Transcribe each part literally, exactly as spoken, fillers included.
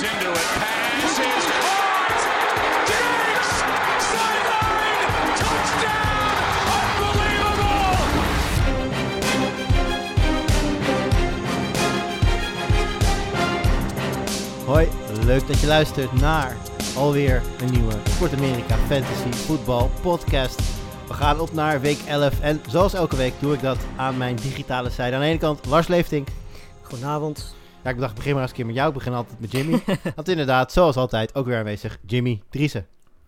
into it. Pass is caught. Diggs! Sideline! Touchdown! Unbelievable! Hoi, leuk dat je luistert naar alweer een nieuwe Sport Amerika Fantasy Voetbal podcast. We gaan op naar week elf en zoals elke week doe ik dat aan mijn digitale zijde. Aan de ene kant Lars Leeftink. Goedenavond. Ja, ik dacht, ik begin maar eens een keer met jou. Ik begin altijd met Jimmy. Want inderdaad, zoals altijd, ook weer aanwezig, Jimmy Driessen.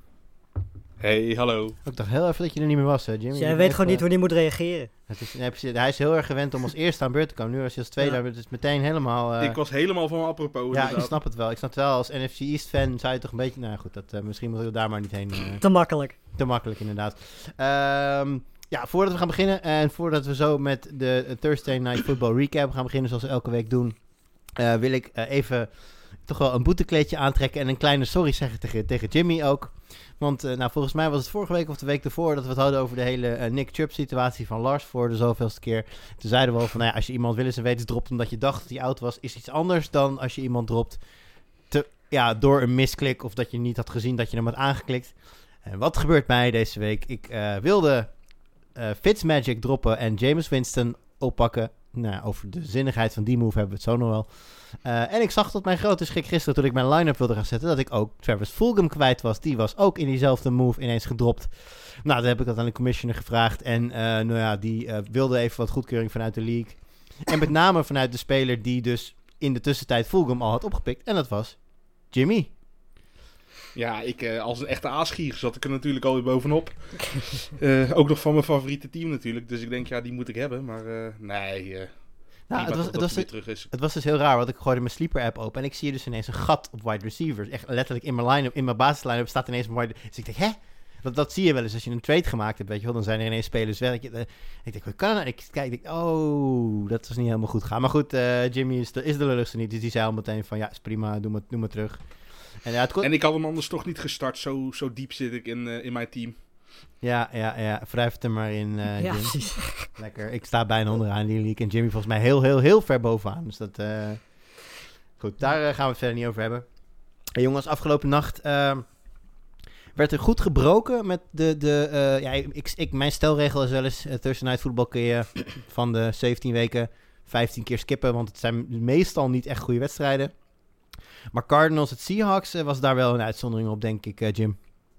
Hey, hallo. Ik dacht heel even dat je er niet meer was, hè, Jimmy. Dus Je jij bent weet echt, gewoon niet uh, hoe die moet reageren. het is, nee, precies, hij is heel erg gewend om als eerste aan beurt te komen. Nu als je als tweede, Ja. het is meteen helemaal... uh, Ik was helemaal van apropos. ja, inderdaad. ik snap het wel. Ik snap het wel. Als N F C East fan zou je toch een beetje... Nou goed, dat, uh, misschien moeten we daar maar niet heen... uh, Te makkelijk. Te makkelijk, inderdaad. Ehm, ja, voordat we gaan beginnen en voordat we zo met de uh, Thursday Night Football recap gaan beginnen, zoals we elke week doen, uh, wil ik uh, even toch wel een boetekleedje aantrekken en een kleine sorry zeggen tegen, tegen Jimmy ook. Want uh, nou, volgens mij was het vorige week of de week ervoor dat we het hadden over de hele uh, Nick Chubb situatie van Lars voor de zoveelste keer. Toen zeiden we al van, nou ja, als je iemand willens en wetens dropt omdat je dacht dat hij oud was, is iets anders dan als je iemand dropt te, ja, door een misklik of dat je niet had gezien dat je hem had aangeklikt. En wat gebeurt mij deze week? Ik uh, wilde uh, Fitzmagic droppen en Jameis Winston oppakken. Nou, over de zinnigheid van die move hebben we het zo nog wel. Uh, en ik zag tot mijn grote schrik gisteren toen ik mijn line-up wilde gaan zetten, dat ik ook Travis Fulgham kwijt was. Die was ook in diezelfde move ineens gedropt. Nou, dan heb ik dat aan de commissioner gevraagd. En uh, nou ja, die uh, wilde even wat goedkeuring vanuit de league. En met name vanuit de speler die dus in de tussentijd Fulgham al had opgepikt. En dat was Jimmy. Ja, ik uh, als een echte aasgier zat ik er natuurlijk alweer bovenop. uh, ook nog van mijn favoriete team natuurlijk. Dus ik denk, ja, die moet ik hebben. Maar uh, nee, uh, Nou, het was, het, was weer dus, terug is. het was dus heel raar, want ik gooide mijn sleeper app open en ik zie dus ineens een gat op wide receivers. Echt letterlijk in mijn line-up, in mijn basisline-up staat ineens een wide. Dus ik denk, hè? Dat, dat zie je wel eens als je een trade gemaakt hebt, weet je wel. Dan zijn er ineens spelers weg. Ik, uh, ik denk, hoe kan dat? Ik kijk, ik denk, oh, dat was niet helemaal goed gaan. Maar goed, uh, Jimmy is de, is de lulligste niet, dus die zei al meteen van, ja, is prima, doe maar, doe maar terug. En, ja, het kon... en ik had hem anders toch niet gestart. Zo, zo diep zit ik in, uh, in mijn team. Ja, ja, ja. Wrijf het er maar in, uh, Ja, Jim. precies. Lekker. Ik sta bijna onderaan in die league. En Jimmy volgens mij heel, heel, heel ver bovenaan. Dus dat... Uh... Goed, daar uh, gaan we het verder niet over hebben. Hey, jongens, afgelopen nacht uh, werd er goed gebroken met de... de uh, ja, ik, ik, mijn stelregel is wel eens... Uh, Thursday Night Football kun je van de zeventien weken vijftien keer skippen. Want het zijn meestal niet echt goede wedstrijden. Maar Cardinals, het Seahawks, uh, was daar wel een uitzondering op, denk ik, uh, Jim.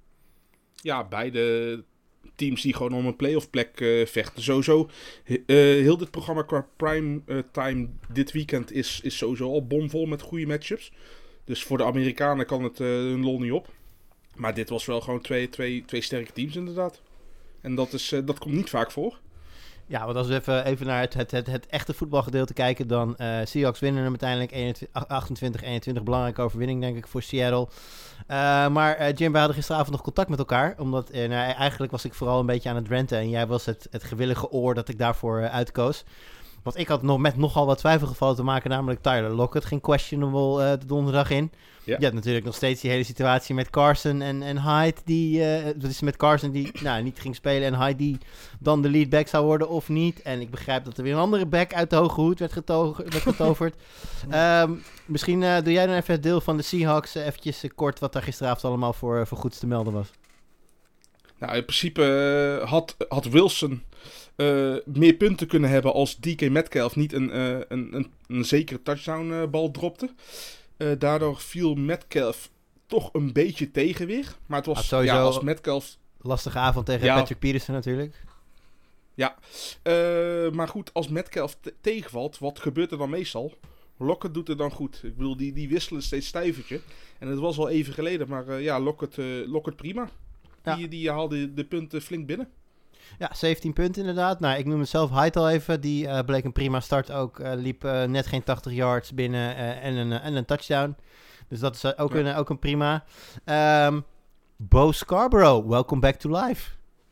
Ja, beide teams die gewoon om een playoff plek uh, vechten. Sowieso, uh, heel dit programma qua prime uh, time dit weekend is, is sowieso al bomvol met goede matchups. Dus voor de Amerikanen kan het uh, hun lol niet op. Maar dit was wel gewoon twee, twee, twee sterke teams inderdaad. En dat, is, uh, dat komt niet vaak voor. Ja, want als we even, even naar het, het, het, het echte voetbalgedeelte kijken, dan uh, Seahawks winnen hem uiteindelijk achtentwintig eenentwintig. Belangrijke overwinning, denk ik, voor Seattle. Uh, maar uh, Jim, we hadden gisteravond nog contact met elkaar. Omdat uh, nou, eigenlijk was ik vooral een beetje aan het ranten. En jij was het, het gewillige oor dat ik daarvoor uh, uitkoos. Want ik had nog met nogal wat twijfelgevallen te maken. Namelijk Tyler Lockett ging questionable uh, de donderdag in. Ja. Je hebt natuurlijk nog steeds die hele situatie met Carson en, en Hyde. Die, uh, dat is met Carson die nou, niet ging spelen. En Hyde die dan de lead back zou worden of niet. En ik begrijp dat er weer een andere back uit de hoge hoed werd, getogen, werd getoverd. um, misschien uh, doe jij dan even het deel van de Seahawks. Uh, eventjes uh, kort wat daar gisteravond allemaal voor, uh, voor goeds te melden was. Nou, in principe uh, had, had Wilson uh, meer punten kunnen hebben als D K Metcalf niet een, uh, een, een, een zekere touchdown uh, bal dropte. Uh, daardoor viel Metcalf toch een beetje tegen weer. Maar het was ah, sowieso ja, als Metcalf... Lastige avond tegen ja, Patrick Peterson natuurlijk. Ja, uh, maar goed, als Metcalf te- tegenvalt, wat gebeurt er dan meestal? Lockett doet het dan goed. Ik bedoel, die, die wisselen steeds stijvertje. En het was al even geleden, maar uh, ja, Lockett, uh, Lockett prima. Ja. Die, die haalde de punten flink binnen. Ja, zeventien punten inderdaad. Nou, ik noem het zelf Hyde al even. Die uh, bleek een prima start ook. Uh, liep uh, net geen tachtig yards binnen uh, en, een, uh, en een touchdown. Dus dat is uh, ook, ja. een, uh, ook een prima. Um, Bo Scarborough, welcome back to life.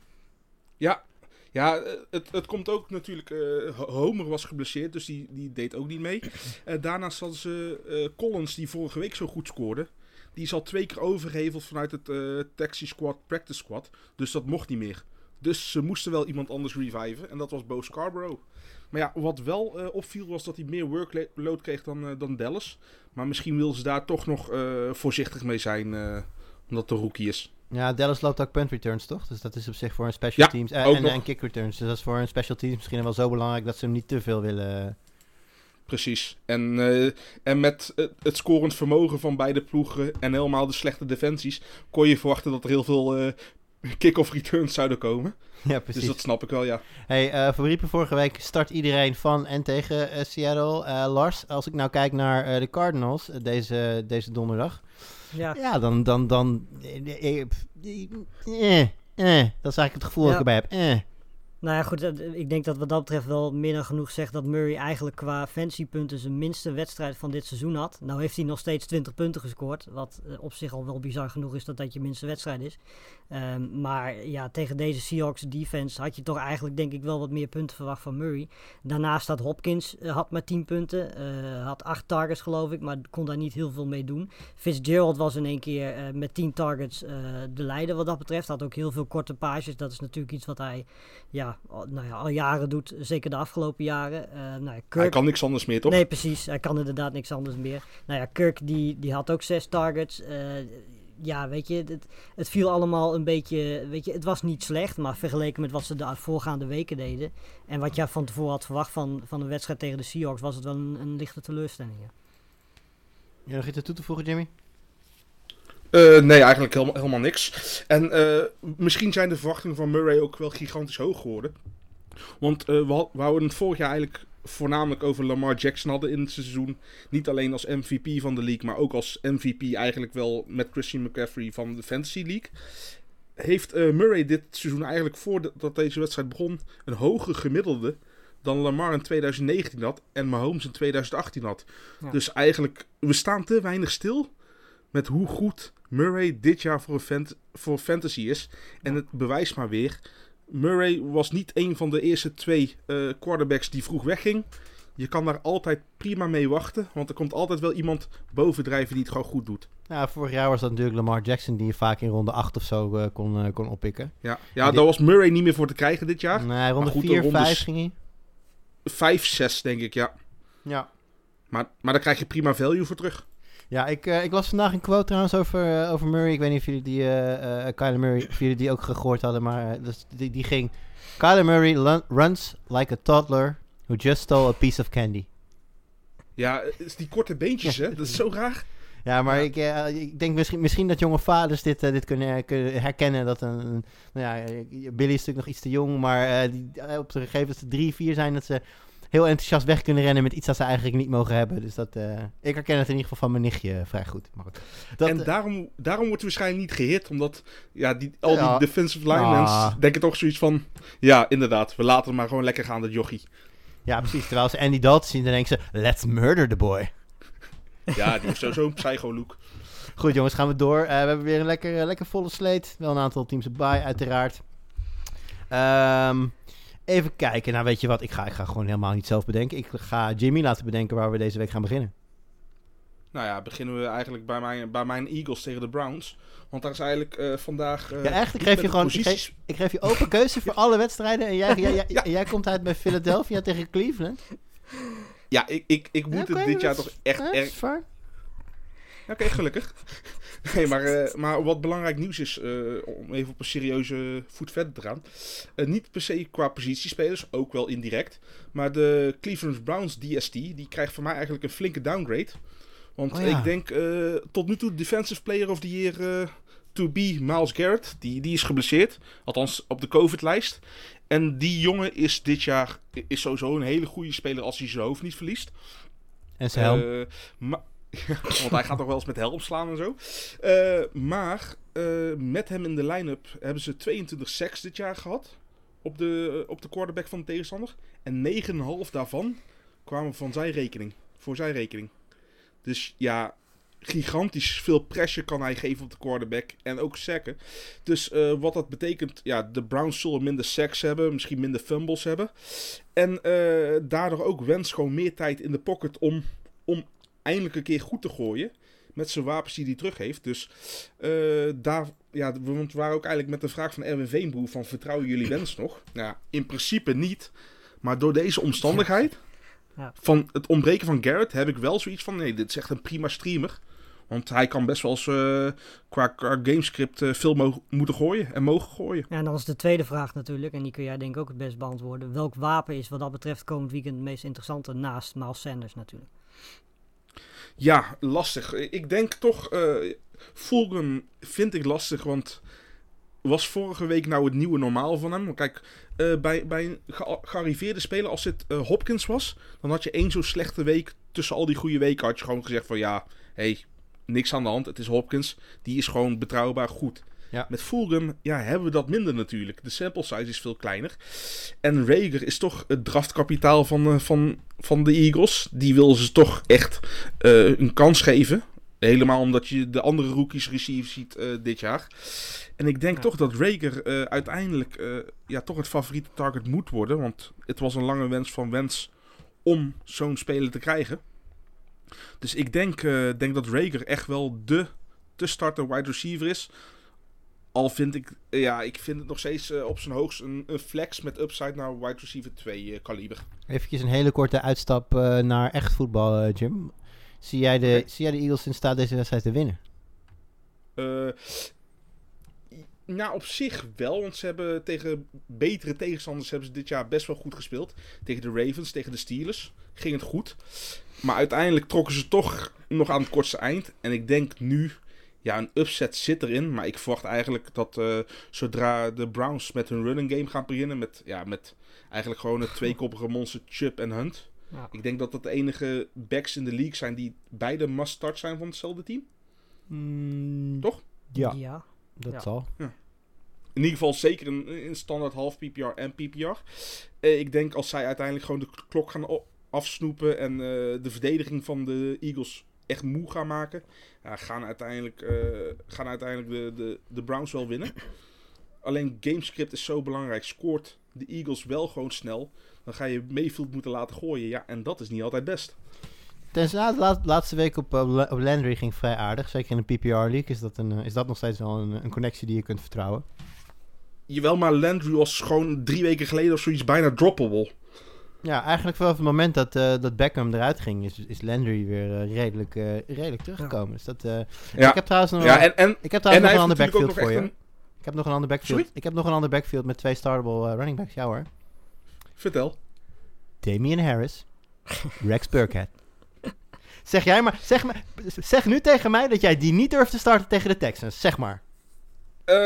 Ja, ja het, het komt ook natuurlijk... Uh, Homer was geblesseerd, dus die, die deed ook niet mee. Uh, daarnaast hadden ze uh, Collins, die vorige week zo goed scoorde. Die is al twee keer overgeheveld vanuit het uh, taxi squad, practice squad. Dus dat mocht niet meer. Dus ze moesten wel iemand anders reviven. En dat was Bo Scarborough. Maar ja, wat wel uh, opviel was dat hij meer workload kreeg dan, uh, dan Dallas. Maar misschien wilden ze daar toch nog uh, voorzichtig mee zijn. Uh, omdat het een rookie is. Ja, Dallas loopt ook punt returns, toch? Dus dat is op zich voor een special ja, teams. Uh, en, en kick returns. Dus dat is voor een special teams misschien wel zo belangrijk dat ze hem niet te veel willen. Precies. En, uh, en met uh, het scorend vermogen van beide ploegen en helemaal de slechte defensies, kon je verwachten dat er heel veel uh, kick-off returns zouden komen. Ja, precies. Dus dat snap ik wel, ja. Hey, uh, we riepen vorige week start iedereen van en tegen uh, Seattle. Uh, Lars, als ik nou kijk naar uh, de Cardinals uh, deze, deze donderdag. Ja, Ja, dan... dan, dan eh, eh, eh, eh, dat is eigenlijk het gevoel Ja. dat ik erbij heb. Eh. nou ja, goed. eh, Ik denk dat wat dat betreft wel meer dan genoeg zegt dat Murray eigenlijk qua fantasypunten zijn minste wedstrijd van dit seizoen had. Nou heeft hij nog steeds twintig punten gescoord. Wat uh, op zich al wel bizar genoeg is dat dat je minste wedstrijd is. Um, maar ja, tegen deze Seahawks defense had je toch eigenlijk denk ik wel wat meer punten verwacht van Murray. Daarnaast had Hopkins uh, had maar tien punten. Uh, had acht targets geloof ik, maar kon daar niet heel veel mee doen. Fitzgerald was in één keer uh, met tien targets uh, de leider wat dat betreft. Had ook heel veel korte pages. Dat is natuurlijk iets wat hij ja, al, nou ja, al jaren doet. Zeker de afgelopen jaren. Uh, nou ja, Kirk... Hij kan niks anders meer, toch? Nee, precies. Hij kan inderdaad niks anders meer. Nou ja, Kirk die, die had ook zes targets. Uh, ja, weet je, het, het viel allemaal een beetje, weet je, het was niet slecht, maar vergeleken met wat ze de voorgaande weken deden en wat jij van tevoren had verwacht van, van een wedstrijd tegen de Seahawks, was het wel een, een lichte teleurstelling. Ja. Je nog iets toe te voegen, Jimmy? Uh, nee, eigenlijk helemaal, helemaal niks. En uh, misschien zijn de verwachtingen van Murray ook wel gigantisch hoog geworden. Want uh, we, had, we houden het vorig jaar eigenlijk voornamelijk over Lamar Jackson hadden in het seizoen. Niet alleen als M V P van de league, maar ook als M V P eigenlijk wel met Christian McCaffrey van de Fantasy League. Heeft uh, Murray dit seizoen eigenlijk voordat deze wedstrijd begon een hoger gemiddelde dan Lamar in twintig negentien had en Mahomes in twintig achttien had. Ja. Dus eigenlijk, we staan te weinig stil met hoe goed Murray dit jaar voor, een fant- voor fantasy is. En het bewijst maar weer. Murray was niet een van de eerste twee uh, quarterbacks die vroeg wegging. Je kan daar altijd prima mee wachten. Want er komt altijd wel iemand bovendrijven die het gewoon goed doet. Ja, vorig jaar was dat natuurlijk Lamar Jackson die je vaak in ronde acht of zo uh, kon, uh, kon oppikken. Ja, ja dit... daar was Murray niet meer voor te krijgen dit jaar. Nee, ronde vier, vijf ging hij. vijf, zes denk ik, ja. Ja. Maar, maar daar krijg je prima value voor terug. Ja, ik, uh, ik las vandaag een quote trouwens over, uh, over Murray. Ik weet niet of jullie die, uh, uh, Kyler Murray, of jullie die ook gehoord hadden, maar uh, dus die, die ging... Kyler Murray lun- runs like a toddler who just stole a piece of candy. Ja, het is die korte beentjes, hè? Dat is zo raar. Ja, maar ja. Ik, uh, ik denk misschien, misschien dat jonge vaders dit, uh, dit kunnen, kunnen herkennen. Dat een, een, nou ja, Billy is natuurlijk nog iets te jong, maar uh, die, uh, op de gegeven moment dat ze drie, vier zijn, dat ze heel enthousiast weg kunnen rennen met iets dat ze eigenlijk niet mogen hebben. Dus dat, uh, ik herken het in ieder geval van mijn nichtje vrij goed. Maar goed. Dat, en uh, daarom, daarom wordt hij waarschijnlijk niet gehit, omdat ja, die, al ja. die defensive linemen ah. denken toch zoiets van, ja, inderdaad, we laten hem maar gewoon lekker gaan, dat jochie. Ja, precies. Terwijl ze Andy Dalton zien, dan denken ze, let's murder the boy. Ja, die heeft sowieso een psycho-look. Goed jongens, gaan we door. Uh, we hebben weer een lekker, uh, lekker volle sleet. Wel een aantal teams erbij, uiteraard. Um, even kijken. Nou, weet je wat? Ik ga, ik ga gewoon helemaal niet zelf bedenken. Ik ga Jimmy laten bedenken waar we deze week gaan beginnen. Nou ja, beginnen we eigenlijk bij mijn, bij mijn Eagles tegen de Browns. Want daar is eigenlijk uh, vandaag... Uh, ja, eigenlijk geef je gewoon... Ik geef, ik geef je open keuze voor alle wedstrijden. En jij, jij, jij, ja. jij komt uit bij Philadelphia tegen Cleveland. Ja, ik, ik, ik moet ja, okay, het dit jaar toch echt... Ja, erg... Oké, okay, gelukkig. Nee, maar, uh, maar wat belangrijk nieuws is, uh, om even op een serieuze voet verder te gaan. Uh, niet per se qua positiespelers, ook wel indirect. Maar de Cleveland Browns D S T, die krijgt van mij eigenlijk een flinke downgrade. Want oh ja. ik denk uh, tot nu toe Defensive Player of the Year uh, to be Myles Garrett. Die, die is geblesseerd, althans op de COVID-lijst. En die jongen is dit jaar is sowieso een hele goede speler als hij zijn hoofd niet verliest. En zijn helm. Uh, ma- want hij gaat toch wel eens met helm slaan en zo. Uh, maar uh, met hem in de line-up hebben ze tweeëntwintig sacks dit jaar gehad. Op de, uh, op de quarterback van de tegenstander. En negen komma vijf daarvan kwamen van zijn rekening. Voor zijn rekening. Dus ja, gigantisch veel pressure kan hij geven op de quarterback. En ook sacken. Dus uh, wat dat betekent, ja, de Browns zullen minder sacks hebben. Misschien minder fumbles hebben. En uh, daardoor ook Wentz gewoon meer tijd in de pocket om, om eindelijk een keer goed te gooien. met zijn wapens die hij terug heeft. Dus uh, daar, ja, want we waren ook eigenlijk met de vraag van Erwin Veenbroer van vertrouwen jullie Wens nog? Nou ja, in principe niet. Maar door deze omstandigheid Ja. van het ontbreken van Garrett heb ik wel zoiets van, nee, dit is echt een prima streamer. Want hij kan best wel eens uh, qua, qua gamescript uh, veel mo- moeten gooien en mogen gooien. Ja, en dan is de tweede vraag natuurlijk, en die kun jij denk ik ook het best beantwoorden. Welk wapen is wat dat betreft komend weekend het meest interessante naast Miles Sanders natuurlijk? Ja, lastig. Ik denk toch, uh, Fulgham vind ik lastig, want was vorige week nou het nieuwe normaal van hem? Want kijk, uh, bij, bij een ge- gearriveerde speler als het uh, Hopkins was, dan had je één zo'n slechte week tussen al die goede weken, had je gewoon gezegd van ja, hé, hey, niks aan de hand, het is Hopkins, die is gewoon betrouwbaar goed. Ja. Met Fulgham, ja, hebben we dat minder natuurlijk. De sample size is veel kleiner. En Reagor is toch het draftkapitaal van, uh, van, van de Eagles. Die wil ze toch echt uh, een kans geven. Helemaal omdat je de andere rookies receivers ziet uh, dit jaar. En ik denk Ja. toch dat Reagor uh, uiteindelijk uh, ja, toch het favoriete target moet worden. Want het was een lange wens van Wens om zo'n speler te krijgen. Dus ik denk, uh, denk dat Reagor echt wel de te starten wide receiver is. Al vind ik, uh, ja, ik vind het nog steeds uh, op zijn hoogst een, een flex met upside naar wide receiver twee uh, kaliber. Eventjes een hele korte uitstap uh, naar echt voetbal, uh, Jim. Zie jij, de, Oké. zie jij de Eagles in staat deze wedstrijd te winnen? Uh, nou, op zich wel, want ze hebben tegen betere tegenstanders hebben ze dit jaar best wel goed gespeeld. Tegen de Ravens, tegen de Steelers ging het goed. Maar uiteindelijk trokken ze toch nog aan het kortste eind. En ik denk nu, ja, een upset zit erin. Maar ik verwacht eigenlijk dat uh, zodra de Browns met hun running game gaan beginnen, met, ja, met eigenlijk gewoon het tweekoppige monster Chubb en Hunt. Ja. Ik denk dat dat de enige backs in de league zijn die beide must-start zijn van hetzelfde team. Mm, Toch? Ja, ja. dat Ja. zal. In ieder geval zeker in, in standaard half P P R en P P R. Uh, ik denk als zij uiteindelijk gewoon de k- klok gaan o- afsnoepen en uh, de verdediging van de Eagles echt moe gaan maken, ja, gaan uiteindelijk, uh, gaan uiteindelijk de, de, de Browns wel winnen. Alleen gamescript is zo belangrijk. Scoort de Eagles wel gewoon snel, dan ga je Mayfield moeten laten gooien. Ja, en dat is niet altijd best. Ten slotte, la- laatste week op, uh, La- op Landry ging vrij aardig. Zeker in de P P R League is dat, een, uh, is dat nog steeds wel een, een connectie die je kunt vertrouwen. Jawel, maar Landry was gewoon drie weken geleden of zoiets bijna droppable. Ja, eigenlijk vanaf het moment dat, uh, dat Beckham eruit ging, is, is Landry weer uh, redelijk, uh, redelijk teruggekomen. Dus dat, uh, Ja, ik heb trouwens nog, ja en, en, ik heb en trouwens nog hij een ander heeft natuurlijk backfield ook nog voor echt je. een... Ik heb nog een ander backfield. Sorry? Ik heb nog een ander backfield met twee startable uh, running backs. Ja hoor. Vertel. Damian Harris, Rex Burkhead. Zeg jij maar, zeg, maar, zeg nu tegen mij dat jij die niet durft te starten tegen de Texans. Zeg maar. Uh,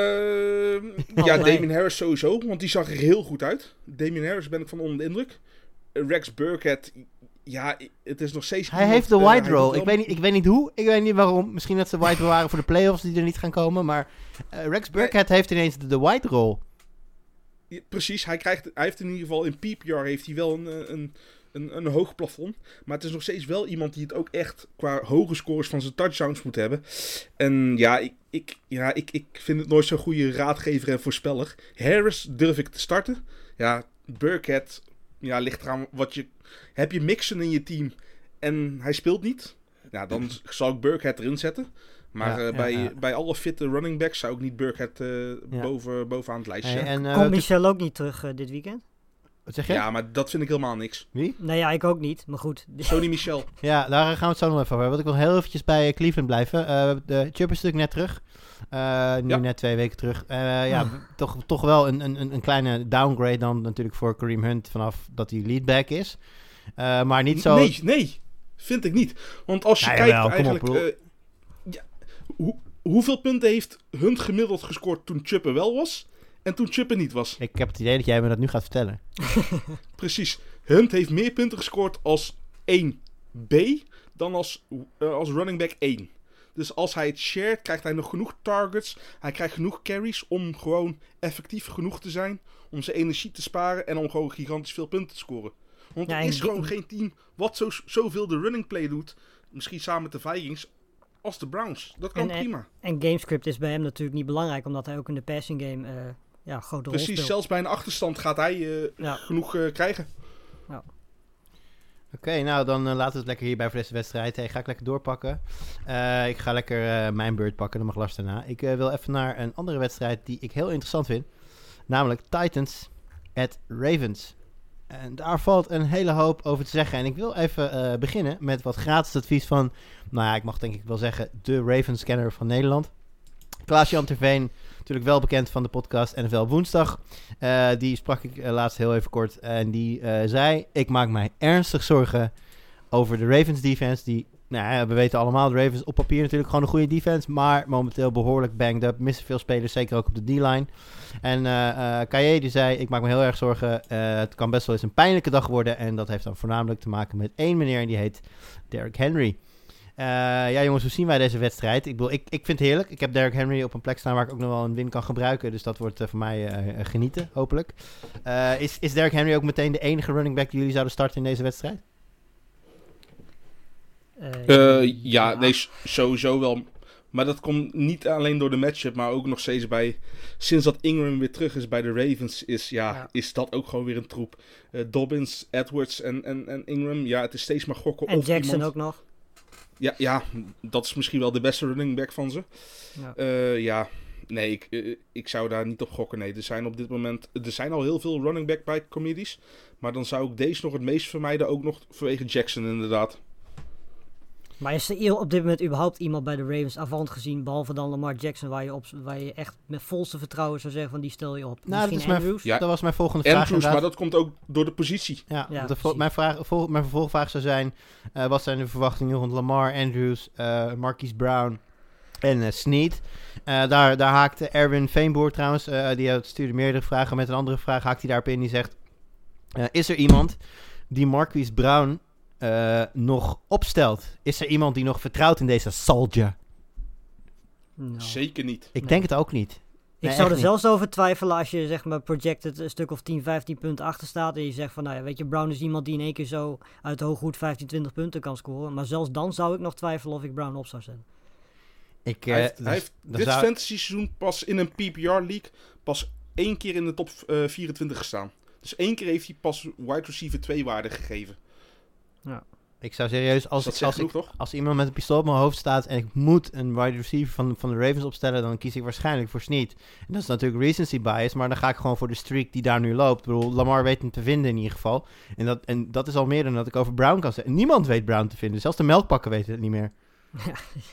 Oh, ja, nee. Damian Harris sowieso, want die zag er heel goed uit. Damian Harris ben ik van onder de indruk. Uh, Rex Burkhead, ja, i- het is nog steeds... Hij iemand, heeft de uh, wide hij roll. doet wel- Ik weet, niet, ik weet niet hoe, ik weet niet waarom. Misschien dat ze wide waren voor de playoffs die er niet gaan komen. Maar uh, Rex Burkhead heeft ineens de, de wide roll. Ja, precies, hij, krijgt, hij heeft in ieder geval in P P R heeft hij wel een, een, een, een hoog plafond. Maar het is nog steeds wel iemand die het ook echt qua hoge scores van zijn touchdowns moet hebben. En ja, ik, ik, ja, ik, ik vind het nooit zo'n goede raadgever en voorspeller. Harris durf ik te starten. Ja, Burkhead, ja, ligt eraan wat je... Heb je Mixon in je team en hij speelt niet? Ja, dan zal ik Burkhead erin zetten. Maar Ja, uh, ja, bij, ja. bij alle fitte running backs zou ik niet Burkhead uh, Ja. boven, bovenaan het lijstje Hey, zetten. en, uh, Komt wat- Michel ook niet terug uh, dit weekend? wat zeg je? Ja, maar dat vind ik helemaal niks. Wie? Nou ja, ik ook niet, maar goed. Sony Michel. Ja, daar gaan we het zo nog even over hebben. Want ik wil heel eventjes bij Cleveland blijven. Uh, de Chubb is natuurlijk net terug. Uh, nu Ja. net twee weken terug. Uh, ja, Ah. toch, toch wel een, een, een kleine downgrade dan natuurlijk voor Kareem Hunt vanaf dat hij leadback is. Uh, maar niet zo... Nee, nee. Vind ik niet. Want als je Ja, kijkt jawel, kom op, eigenlijk... bro. eh, ja, hoe, hoeveel punten heeft Hunt gemiddeld gescoord toen Chubb er wel was? En toen Chubb er niet was? Ik heb het idee dat jij me dat nu gaat vertellen. Precies. Hunt heeft meer punten gescoord als één B dan als, uh, als running back één. Dus als hij het shared, krijgt hij nog genoeg targets. Hij krijgt genoeg carries om gewoon effectief genoeg te zijn. Om zijn energie te sparen en om gewoon gigantisch veel punten te scoren. Want Ja, er en is ge- gewoon geen team wat zo, zoveel de running play doet. Misschien samen met de Vikings. Als de Browns. Dat kan En, eh, prima. En gamescript is bij hem natuurlijk niet belangrijk, omdat hij ook in de passing game uh, ja, een grote rol Precies, speelt. zelfs bij een achterstand gaat hij uh, Ja. genoeg uh, krijgen. Oké, okay, nou dan uh, laten we het lekker hierbij voor deze wedstrijd. Hey, ga ik lekker doorpakken. Uh, ik ga lekker uh, mijn beurt pakken, dan mag Lars daarna. Ik uh, wil even naar een andere wedstrijd die ik heel interessant vind. Namelijk Titans at Ravens. En daar valt een hele hoop over te zeggen. En ik wil even uh, beginnen met wat gratis advies van, nou ja, ik mag denk ik wel zeggen, de Ravens-scanner van Nederland. Klaas-Jan Terveen, natuurlijk wel bekend van de podcast N F L Woensdag. Uh, die sprak ik uh, laatst heel even kort. En die uh, zei, ik maak mij ernstig zorgen over de Ravens defense. Die, nou ja, we weten allemaal, de Ravens op papier natuurlijk gewoon een goede defense. Maar momenteel behoorlijk banged up. Missen veel spelers, zeker ook op de D-line. En uh, uh, K J die zei, ik maak me heel erg zorgen. Uh, het kan best wel eens een pijnlijke dag worden. En dat heeft dan voornamelijk te maken met één meneer. En die heet Derrick Henry. Uh, ja jongens, hoe zien wij deze wedstrijd? Ik, bedoel, ik, ik vind het heerlijk. Ik heb Derrick Henry op een plek staan waar ik ook nog wel een win kan gebruiken. Dus dat wordt uh, voor mij uh, genieten, hopelijk. Uh, is, is Derrick Henry ook meteen de enige running back die jullie zouden starten in deze wedstrijd? Uh, uh, ja, nee, sowieso wel. Maar dat komt niet alleen door de matchup, maar ook nog steeds bij... Sinds dat Ingram weer terug is bij de Ravens, is, ja, ja. is dat ook gewoon weer een troep. Uh, Dobbins, Edwards en, en, en Ingram, ja, het is steeds maar gokken. En of Jackson iemand... ook nog. Ja, ja, dat is misschien wel de beste running back van ze. Ja, uh, ja nee, ik, uh, ik zou daar niet op gokken. Nee, er zijn op dit moment... Er zijn al heel veel running back bij committees. Maar dan zou ik deze nog het meest vermijden, ook nog vanwege Jackson inderdaad. Maar is er op dit moment überhaupt iemand bij de Ravens avant gezien, behalve dan Lamar Jackson, waar je, op, waar je echt met volste vertrouwen zou zeggen van die stel je op? Nou, Misschien dat, is Andrews? Mijn, ja, dat was mijn volgende Andrews, vraag inderdaad. Maar dat komt ook door de positie. Ja, ja de vo- mijn, vraag, vol- mijn vervolgvraag zou zijn, uh, wat zijn de verwachtingen rond Lamar, Andrews, uh, Marquise Brown en uh, Snead? Uh, daar, daar haakte Erwin Veenboer trouwens, uh, die stuurde meerdere vragen. Met een andere vraag haakt hij daarop in, die zegt, uh, is er iemand die Marquise Brown... Uh, nog opstelt? Is er iemand die nog vertrouwt in deze soldier? No. Zeker niet. Ik nee. denk het ook niet. Ik nee, zou er niet. zelfs over twijfelen als je zeg maar projected een stuk of tien, vijftien punten achter staat en je zegt van nou ja, weet je, Brown is iemand die in één keer zo uit de hooghoed vijftien, twintig punten kan scoren. Maar zelfs dan zou ik nog twijfelen of ik Brown op zou zetten. Ik, uh, hij heeft, dus, hij heeft dit zou... fantasy seizoen pas in een P P R league pas één keer in de top uh, vierentwintig gestaan. Dus één keer heeft hij pas wide receiver twee waarde gegeven. Ja. Ik zou serieus, als, als, als, genoeg, ik, als iemand met een pistool op mijn hoofd staat en ik moet een wide receiver van, van de Ravens opstellen, dan kies ik waarschijnlijk voor Snead. En dat is natuurlijk recency bias, maar dan ga ik gewoon voor de streak die daar nu loopt. Ik bedoel, Lamar weet hem te vinden in ieder geval. En dat, en dat is al meer dan dat ik over Brown kan zeggen. Niemand weet Brown te vinden, zelfs de melkpakken weten het niet meer. Ja.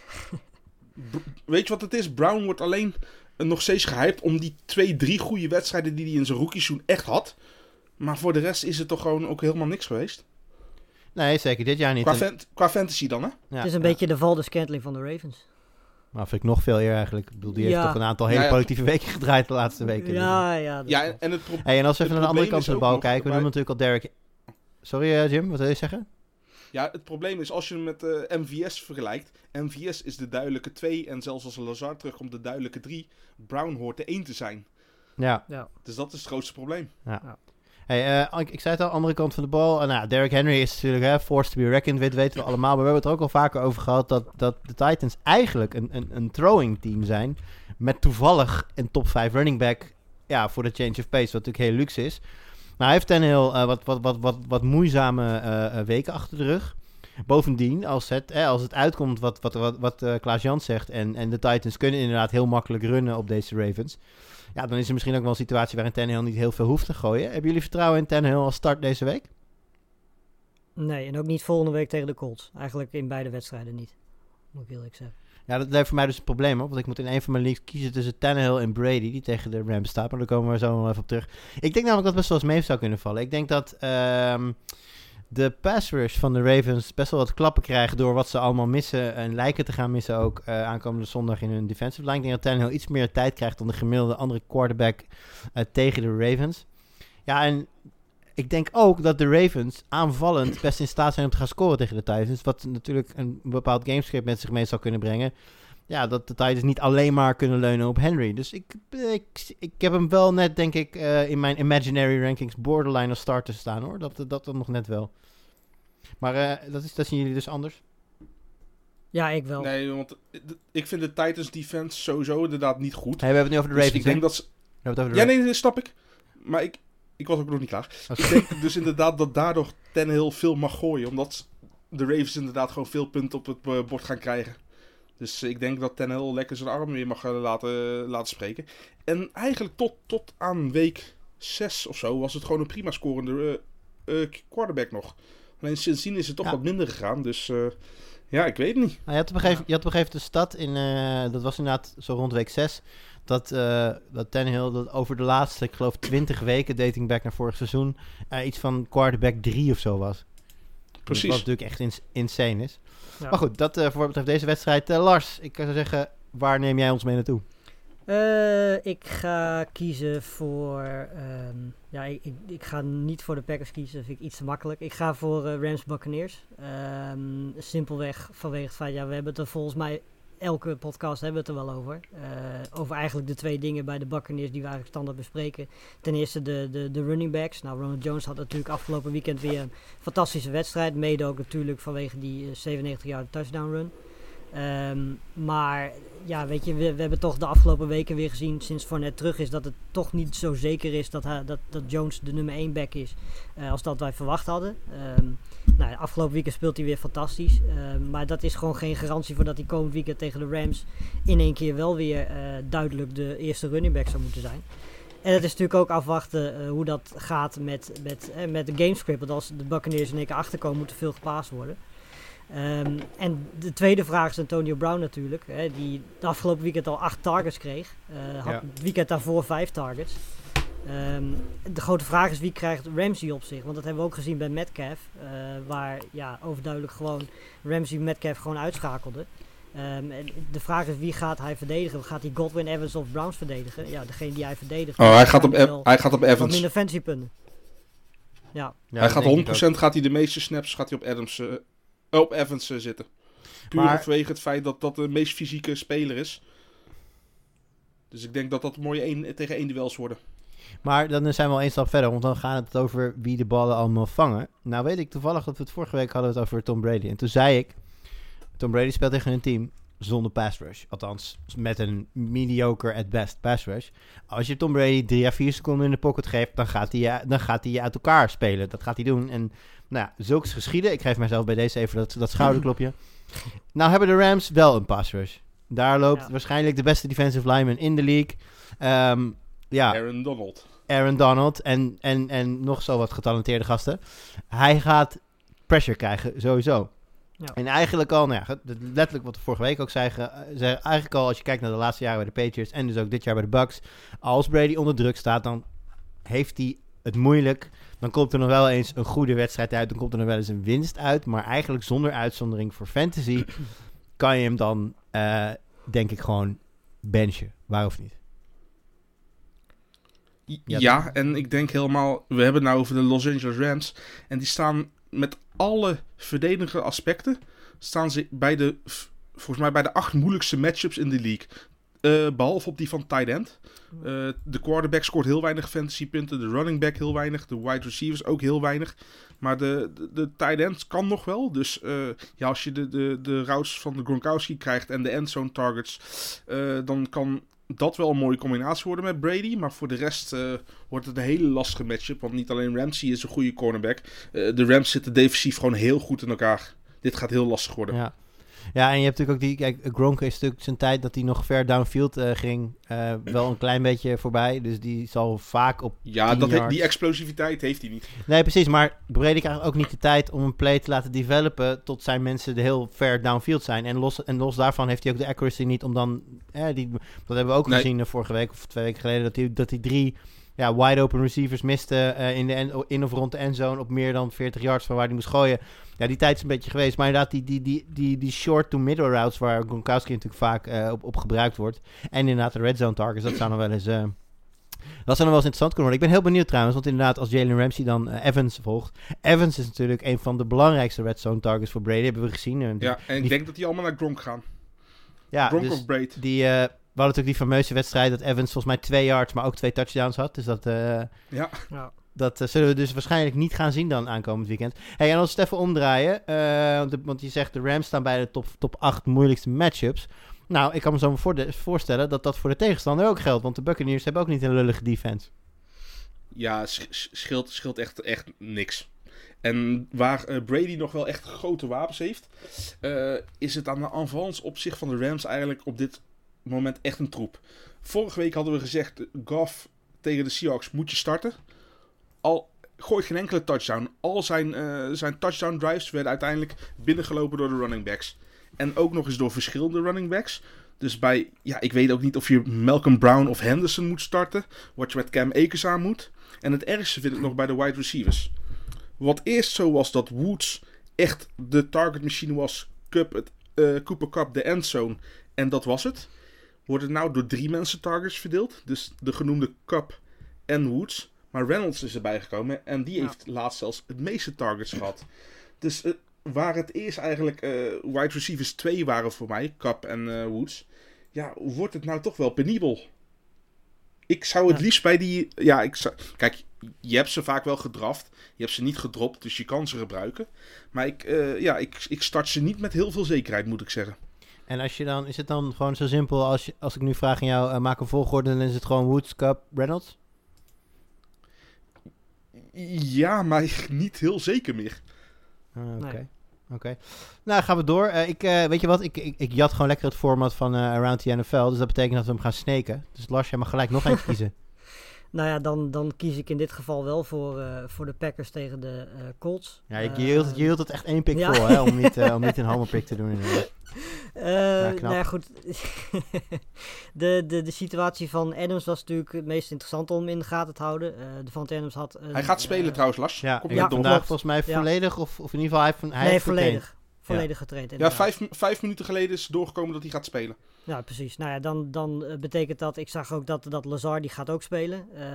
Weet je wat het is? Brown wordt alleen nog steeds gehyped om die twee, drie goede wedstrijden die hij in zijn rookieseizoen echt had. Maar voor de rest is het toch gewoon ook helemaal niks geweest. Nee, zeker dit jaar niet. Qua, fan- qua fantasy dan, hè? Ja, het is een ja. beetje de Valdez Scantling van de Ravens. Maar vind ik nog veel eer eigenlijk. Ik bedoel, die ja. heeft toch een aantal hele ja, ja. productieve weken gedraaid de laatste weken. Ja, ja. Ja, en, en, het pro- hey, en als we even naar de andere kant van de bal kijken. We bij... noemen natuurlijk al Derrick... Sorry uh, Jim, wat wil je zeggen? Ja, het probleem is als je hem met uh, M V S vergelijkt. M V S is de duidelijke twee en zelfs als Lazard terugkomt de duidelijke drie. Brown hoort de één te zijn. Ja. ja. Dus dat is het grootste probleem. Ja. ja. Hey, uh, ik, ik zei het al, andere kant van de bal. Uh, nou, Derrick Henry is natuurlijk hè, forced to be reckoned with, weten we allemaal. Maar we hebben het er ook al vaker over gehad dat, dat de Titans eigenlijk een, een, een throwing team zijn. Met toevallig een top vijf running back ja, voor de change of pace, wat natuurlijk heel luxe is. Nou, hij heeft Tannehill uh, wat, wat, wat, wat, wat moeizame uh, weken achter de rug. Bovendien, als het, eh, als het uitkomt wat, wat, wat, wat uh, Klaas Jans zegt... En, en de Titans kunnen inderdaad heel makkelijk runnen op deze Ravens... Ja, dan is er misschien ook wel een situatie waarin Tannehill niet heel veel hoeft te gooien. Hebben jullie vertrouwen in Tannehill als start deze week? Nee, en ook niet volgende week tegen de Colts. Eigenlijk in beide wedstrijden niet, moet ik eerlijk zeggen. Ja, dat levert voor mij dus een probleem op. Want ik moet in een van mijn leagues kiezen tussen Tannehill en Brady, die tegen de Rams staat. Maar daar komen we zo nog even op terug. Ik denk namelijk dat het best wel eens mee zou kunnen vallen. Ik denk dat um, de pass rush van de Ravens best wel wat klappen krijgen door wat ze allemaal missen. En lijken te gaan missen ook uh, aankomende zondag in hun defensive line. Ik denk dat Tannehill iets meer tijd krijgt dan de gemiddelde andere quarterback uh, tegen de Ravens. Ja, en ik denk ook dat de Ravens aanvallend best in staat zijn om te gaan scoren tegen de Titans. Wat natuurlijk een bepaald gamescript met zich mee zou kunnen brengen. Ja, dat de Titans niet alleen maar kunnen leunen op Henry. Dus ik, ik, ik heb hem wel net, denk ik, uh, in mijn imaginary rankings borderline als starter staan, hoor. Dat, dat, dat nog net wel. Maar uh, dat, is, dat zien jullie dus anders? Ja, ik wel. Nee, want ik vind de Titans defense sowieso inderdaad niet goed. Hey, we hebben het nu over de Ravens, dus ik denk dat ze... we hebben het over de Ja, Ravens. nee, dat snap ik. Maar ik, ik was ook nog niet klaar. Oh, ik denk dus inderdaad dat daardoor Tannehill veel mag gooien. Omdat de Ravens inderdaad gewoon veel punten op het uh, bord gaan krijgen. Dus ik denk dat Tannehill lekker zijn arm weer mag uh, laten, uh, laten spreken. En eigenlijk tot, tot aan week zes of zo was het gewoon een prima scorende uh, uh, quarterback nog. Alleen sindsdien is het toch ja. wat minder gegaan. Dus uh, ja, ik weet het niet. Nou, je, had op een gegeven, je had op een gegeven moment de stad in, uh, dat was inderdaad zo rond week zes, dat, uh, dat Tannehill dat over de laatste, ik geloof twintig weken, dating back naar vorig seizoen, uh, iets van quarterback drie of zo was. Precies. Wat natuurlijk echt ins- insane is. Ja. Maar goed, dat uh, voor wat betreft deze wedstrijd. Uh, Lars, ik zou zeggen, waar neem jij ons mee naartoe? Uh, ik ga kiezen voor... Um, ja, ik, ik, ik ga niet voor de Packers kiezen. Dat vind ik iets te makkelijk. Ik ga voor uh, Rams Buccaneers. Um, simpelweg vanwege het feit... Ja, we hebben het er volgens mij... Elke podcast hebben we het er wel over. Uh, over eigenlijk de twee dingen bij de Buccaneers die we eigenlijk standaard bespreken. Ten eerste de, de, de running backs. Nou, Ronald Jones had natuurlijk afgelopen weekend weer een fantastische wedstrijd. Mede ook natuurlijk vanwege die uh, zevenennegentig yard touchdown run. Um, maar ja, weet je, we, we hebben toch de afgelopen weken weer gezien, sinds Fournette terug is, dat het toch niet zo zeker is dat, hij, dat, dat Jones de nummer één back is uh, als dat wij verwacht hadden. Um, nou, de afgelopen weekend speelt hij weer fantastisch. Um, maar dat is gewoon geen garantie voor dat hij komend weekend tegen de Rams in één keer wel weer uh, duidelijk de eerste running back zou moeten zijn. En het is natuurlijk ook afwachten uh, hoe dat gaat met, met, uh, met de gamescript. Want als de Buccaneers in één keer achterkomen, moet er veel gepaast worden. Um, en de tweede vraag is Antonio Brown natuurlijk, hè, die de afgelopen weekend al acht targets kreeg. Uh, had Ja. het weekend daarvoor vijf targets. Um, de grote vraag is wie krijgt Ramsey op zich, want dat hebben we ook gezien bij Metcalf, uh, waar ja, overduidelijk gewoon Ramsey Metcalf gewoon uitschakelde. Um, en de vraag is wie gaat hij verdedigen? Gaat hij Godwin, Evans of Browns verdedigen? Ja, degene die hij verdedigt. Oh, hij gaat op, wel Ev- hij gaat op wat Evans. minder fancy punten. Ja. Ja, hij dat gaat denk ik honderd procent gaat hij de meeste snaps gaat hij op Adams, uh, op Evans uh, zitten. Puur Maar- vanwege het feit dat dat de meest fysieke speler is. Dus ik denk dat dat mooie één tegen één duels worden. Maar dan zijn we al één stap verder, want dan gaat het over wie de ballen allemaal vangen. Nou weet ik toevallig dat we het vorige week hadden we het over Tom Brady. En toen zei ik, Tom Brady speelt tegen een team zonder pass rush. Althans, met een mediocre at best pass rush. Als je Tom Brady drie à vier seconden in de pocket geeft, dan gaat hij je, dan gaat hij je uit elkaar spelen. Dat gaat hij doen. En nou ja, zulks geschieden. Ik geef mezelf bij deze even dat, dat schouderklopje. Nou hebben de Rams wel een pass rush. Daar loopt Ja. waarschijnlijk de beste defensive lineman in de league. Um, ja. Aaron Donald. Aaron Donald en, en, en nog zo wat getalenteerde gasten. Hij gaat pressure krijgen, sowieso. Ja. En eigenlijk al, nou ja, letterlijk wat we vorige week ook zeiden, zei, eigenlijk al als je kijkt naar de laatste jaren bij de Patriots en dus ook dit jaar bij de Bucks, als Brady onder druk staat, dan heeft hij het moeilijk. Dan komt er nog wel eens een goede wedstrijd uit, dan komt er nog wel eens een winst uit, maar eigenlijk zonder uitzondering voor fantasy kan je hem dan, uh, denk ik, gewoon benchen. Waar of niet? Ja, Ja, en ik denk helemaal... We hebben het nou over de Los Angeles Rams. En die staan met alle verdedigende aspecten... staan ze bij de... volgens mij bij de acht moeilijkste matchups in de league. Uh, behalve op die van tight end. Uh, de quarterback scoort heel weinig fantasy punten. De running back heel weinig. De wide receivers ook heel weinig. Maar de, de, de tight end kan nog wel. Dus uh, ja, als je de, de, de routes van de Gronkowski krijgt... en de endzone targets... Uh, dan kan... dat wel een mooie combinatie worden met Brady. Maar voor de rest uh, wordt het een hele lastige matchup. Want niet alleen Ramsey is een goede cornerback. Uh, de Rams zitten defensief gewoon heel goed in elkaar. Dit gaat heel lastig worden. Ja. Ja, en je hebt natuurlijk ook die... Kijk, Gronk is natuurlijk zijn tijd dat hij nog ver downfield uh, ging... Uh, wel een klein beetje voorbij. Dus die zal vaak op Ja, dat he- yards... die explosiviteit heeft hij niet. Nee, precies. Maar Brady krijgt ook niet de tijd om een play te laten developen... tot zijn mensen de heel ver downfield zijn. En los, en los daarvan heeft hij ook de accuracy niet om dan... Eh, die, dat hebben we ook Nee. gezien uh, vorige week of twee weken geleden... dat hij, dat hij drie ja, wide open receivers miste uh, in, de en, in of rond de endzone... op meer dan veertig yards van waar hij moest gooien... Ja, die tijd is een beetje geweest. Maar inderdaad, die, die, die, die, die short-to-middle routes... waar Gronkowski natuurlijk vaak uh, op, op gebruikt wordt... en inderdaad de red zone targets... dat zou nog wel eens... Uh, dat zou nog wel eens interessant kunnen worden. Ik ben heel benieuwd trouwens... want inderdaad, als Jalen Ramsey dan uh, Evans volgt... Evans is natuurlijk een van de belangrijkste red zone targets voor Brady... hebben we gezien. Uh, die, Ja, en ik die, denk dat die allemaal naar Gronk gaan. ja, Gronk dus of Braid. die... Uh, we hadden natuurlijk die fameuze wedstrijd... dat Evans volgens mij twee yards... maar ook twee touchdowns had. Dus dat... Uh, Ja. Ja. Dat uh, zullen we dus waarschijnlijk niet gaan zien dan aankomend weekend. Hey, en als we het even omdraaien... Uh, want, de, want je zegt de Rams staan bij de top, top acht moeilijkste matchups. Nou, ik kan me zo voor de, voorstellen dat dat voor de tegenstander ook geldt. Want de Buccaneers hebben ook niet een lullige defense. Ja, sch- scheelt, scheelt echt, echt niks. En waar uh, Brady nog wel echt grote wapens heeft, uh, is het aan de aanvallens op zich van de Rams eigenlijk op dit moment echt een troep. Vorige week hadden we gezegd, Goff tegen de Seahawks moet je starten. Al gooit geen enkele touchdown. Al zijn, uh, zijn touchdown drives werden uiteindelijk binnengelopen door de running backs. En ook nog eens door verschillende running backs. Dus bij, ja, ik weet ook niet of je Malcolm Brown of Henderson moet starten. Wat je met Cam Akers aan moet. En het ergste vind ik nog bij de wide receivers. Wat eerst zo was dat Woods echt de target machine was. Cup, het, uh, Cooper Kupp de endzone. En dat was het. Wordt het nou door drie mensen targets verdeeld. Dus de genoemde Kupp en Woods. Maar Reynolds is erbij gekomen. En die heeft ja. laatst zelfs het meeste targets gehad. Dus uh, waar het eerst eigenlijk uh, wide receivers twee waren voor mij. Kupp en uh, Woods. Ja, wordt het nou toch wel penibel. Ik zou het ja. liefst bij die... Ja, ik zou, kijk, je hebt ze vaak wel gedraft. Je hebt ze niet gedropt, dus je kan ze gebruiken. Maar ik, uh, ja, ik, ik start ze niet met heel veel zekerheid, moet ik zeggen. En als je dan, is het dan gewoon zo simpel als, je, als ik nu vraag aan jou, uh, maak een volgorde, dan is het gewoon Woods, Kupp, Reynolds? Ja, maar niet heel zeker meer. Uh, Oké. Okay. Oké. Okay. Nou, gaan we door. Uh, ik, uh, weet je wat? Ik, ik, ik jat gewoon lekker het format van uh, Around the N F L. Dus dat betekent dat we hem gaan snaken. Dus Lars, jij mag gelijk nog eentje kiezen. Nou ja, dan, dan kies ik in dit geval wel voor, uh, voor de Packers tegen de uh, Colts. Ja, je, je, hield, je hield het echt één pick ja. vol, hè? Om niet, uh, om niet een homerpick te doen. Inderdaad. Uh, ja, nou ja, goed. de, de, de situatie van Adams was natuurlijk het meest interessant om in de gaten te houden. Uh, de Van Adams had... Een, hij gaat spelen uh, trouwens, Lars. Ja, Kom ja vandaag volgens mij volledig, ja. of, of in ieder geval hij, hij nee, volledig. Volledig ja. getraind. Ja, vijf, vijf minuten geleden is doorgekomen dat hij gaat spelen. Ja, precies. Nou ja, dan, dan uh, betekent dat... Ik zag ook dat, dat Lazard, die gaat ook spelen. Uh,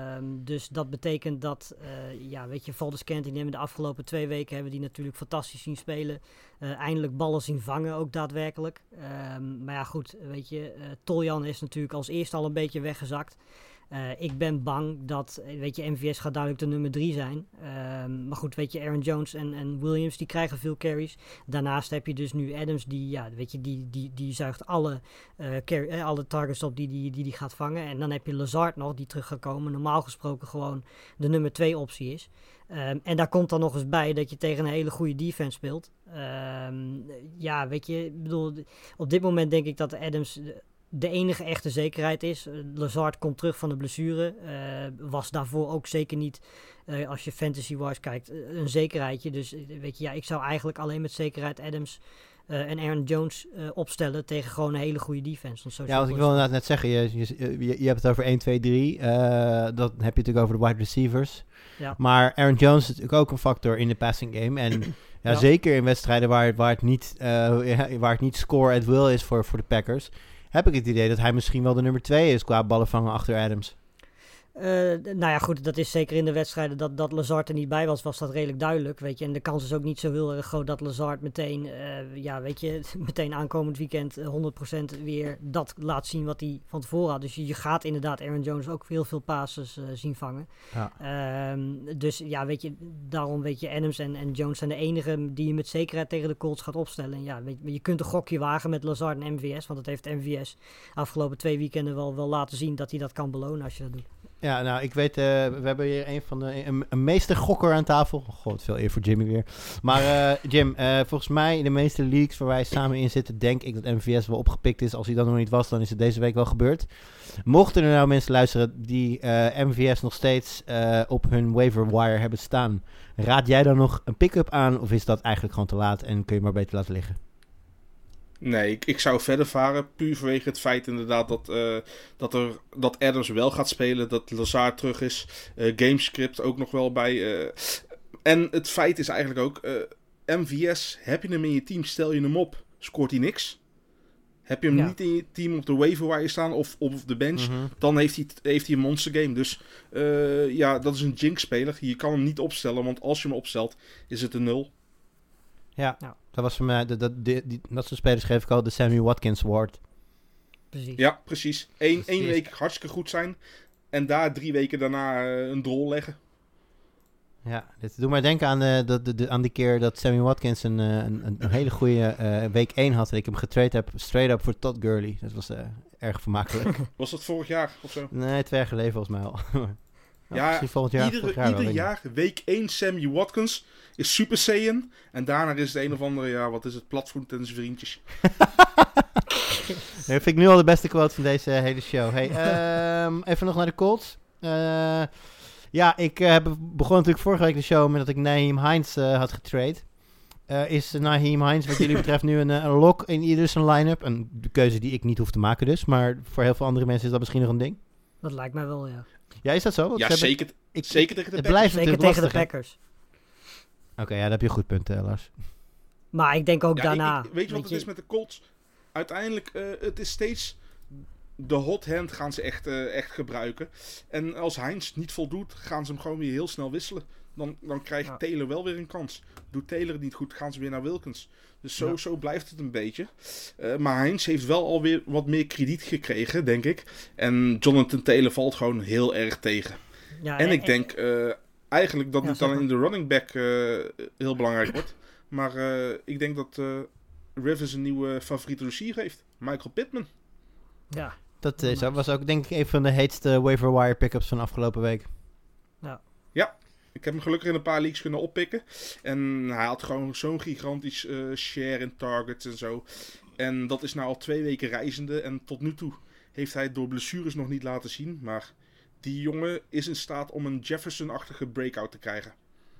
dus dat betekent dat... Uh, ja, weet je, Valdez Scantling hebben de afgelopen twee weken... hebben die natuurlijk fantastisch zien spelen. Uh, eindelijk ballen zien vangen, ook daadwerkelijk. Uh, maar ja, goed, weet je... Uh, Toljan is natuurlijk als eerste al een beetje weggezakt. Uh, ik ben bang dat, weet je, M V S gaat duidelijk de nummer drie zijn. Uh, maar goed, weet je, Aaron Jones en, en Williams, die krijgen veel carries. Daarnaast heb je dus nu Adams, die, ja, weet je, die, die, die zuigt alle, uh, carry, eh, alle targets op die die, die die gaat vangen. En dan heb je Lazard nog, die terug gaat komen. Normaal gesproken gewoon de nummer twee optie is. Um, en daar komt dan nog eens bij dat je tegen een hele goede defense speelt. Um, ja, weet je, ik bedoel, op dit moment denk ik dat Adams... de enige echte zekerheid is. Uh, Lazard komt terug van de blessure. Uh, was daarvoor ook zeker niet, uh, als je fantasy-wise kijkt, uh, een zekerheidje. Dus uh, weet je, ja, ik zou eigenlijk alleen met zekerheid Adams uh, en Aaron Jones uh, opstellen tegen gewoon een hele goede defense. Zo ja, want ik wil inderdaad net zeggen, je, je, je, je hebt het over één, twee, drie. Uh, dat heb je natuurlijk over de wide receivers. Ja. Maar Aaron Jones is natuurlijk ook een factor in de passing game. En ja, ja. zeker in wedstrijden waar, waar, het niet, uh, waar het niet score at will is voor, voor de Packers... heb ik het idee dat hij misschien wel de nummer twee is qua ballen vangen achter Adams. Uh, nou ja, goed, dat is zeker in de wedstrijden dat, dat Lazard er niet bij was, was dat redelijk duidelijk, weet je. En de kans is ook niet zo heel erg groot dat Lazard meteen, uh, ja, weet je, meteen aankomend weekend honderd procent weer dat laat zien wat hij van tevoren had. Dus je, je gaat inderdaad Aaron Jones ook heel veel passes uh, zien vangen. Ja. Um, dus ja, weet je, daarom weet je, Adams en, en Jones zijn de enigen die je met zekerheid tegen de Colts gaat opstellen. En ja, weet je, je kunt een gokje wagen met Lazard en M V S, want dat heeft M V S afgelopen twee weekenden wel, wel laten zien dat hij dat kan belonen als je dat doet. Ja, nou, ik weet, uh, we hebben hier een van de, een, een meester gokker aan tafel. Oh, god, veel eer voor Jimmy weer. Maar uh, Jim, uh, volgens mij in de meeste leagues waar wij samen in zitten, denk ik dat M V S wel opgepikt is. Als hij dan nog niet was, dan is het deze week wel gebeurd. Mochten er nou mensen luisteren die uh, M V S nog steeds uh, op hun waiver wire hebben staan, raad jij dan nog een pick-up aan of is dat eigenlijk gewoon te laat en kun je maar beter laten liggen? Nee, ik, ik zou verder varen, puur vanwege het feit inderdaad dat, uh, dat, er, dat Adams wel gaat spelen, dat Lazard terug is, uh, gamescript ook nog wel bij. Uh, en het feit is eigenlijk ook, uh, M V S, heb je hem in je team, stel je hem op, scoort hij niks. Heb je hem ja. niet in je team op de waiver wire staan of op de bench, mm-hmm. dan heeft hij, heeft hij een monster game. Dus uh, ja, dat is een jinx-speler. Je kan hem niet opstellen, want als je hem opstelt, is het een nul. Ja, ja. dat was voor mij, dat, dat, die, die, dat soort spelers geef ik al de Sammy Watkins Award. Precies. Ja, precies. Eén, één week hartstikke goed zijn en daar drie weken daarna uh, een drol leggen. Ja, dit doet mij denken aan, uh, de, de, de, aan die keer dat Sammy Watkins een, uh, een, een hele goede uh, week één had en ik hem getrade heb straight up voor Todd Gurley. Dat was uh, erg vermakelijk. Was dat vorig jaar of zo? Nee, twee jaar geleden volgens mij al. Nou, Ja, misschien volgend jaar. iedere, volgend jaar, ieder wel, jaar, week één, Sammy Watkins is Super Saiyan. En daarna is het een of andere, ja, wat is het, platvoet en zijn vriendjes. Dat vind ik nu al de beste quote van deze hele show. Hey, um, even nog naar de Colts. Uh, ja, ik uh, begon natuurlijk vorige week de show met dat ik Nyheim Hines uh, had getrade. Uh, is Nyheim Hines wat jullie betreft nu een, een lock in ieders een line-up? Een de keuze die ik niet hoef te maken dus. Maar voor heel veel andere mensen is dat misschien nog een ding. Dat lijkt mij wel, ja. Ja, is dat zo? Want Ja, hebben, zeker, ik, zeker tegen de het Packers. blijft Zeker natuurlijk tegen de lastig, Packers. Oké, okay, ja, daar heb je een goed punt, uh, Lars. Maar ik denk ook Ja, daarna. ik, ik, weet je wat het is met de Colts? Uiteindelijk, uh, het is steeds... De hot hand gaan ze echt, uh, echt gebruiken. En als Hines niet voldoet, gaan ze hem gewoon weer heel snel wisselen. Dan, dan krijgt Ja. Taylor wel weer een kans. Doet Taylor het niet goed, gaan ze weer naar Wilkins. Dus zo, Ja. zo blijft het een beetje. Uh, maar Hines heeft wel alweer wat meer krediet gekregen, denk ik. En Jonathan Taylor valt gewoon heel erg tegen. Ja, En ik denk uh, eigenlijk dat Ja, het zeg dan maar. in de running back uh, heel belangrijk wordt. Maar uh, ik denk dat uh, Rivers een nieuwe favoriete receiver heeft. Michael Pittman. Ja, Dat is, was ook denk ik een van de heetste waiver wire pickups van afgelopen week. Ik heb hem gelukkig in een paar leagues kunnen oppikken. En hij had gewoon zo'n gigantisch uh, share in targets en zo. En dat is nou al twee weken reizende. En tot nu toe heeft hij het door blessures nog niet laten zien. Maar die jongen is in staat om een Jefferson-achtige breakout te krijgen.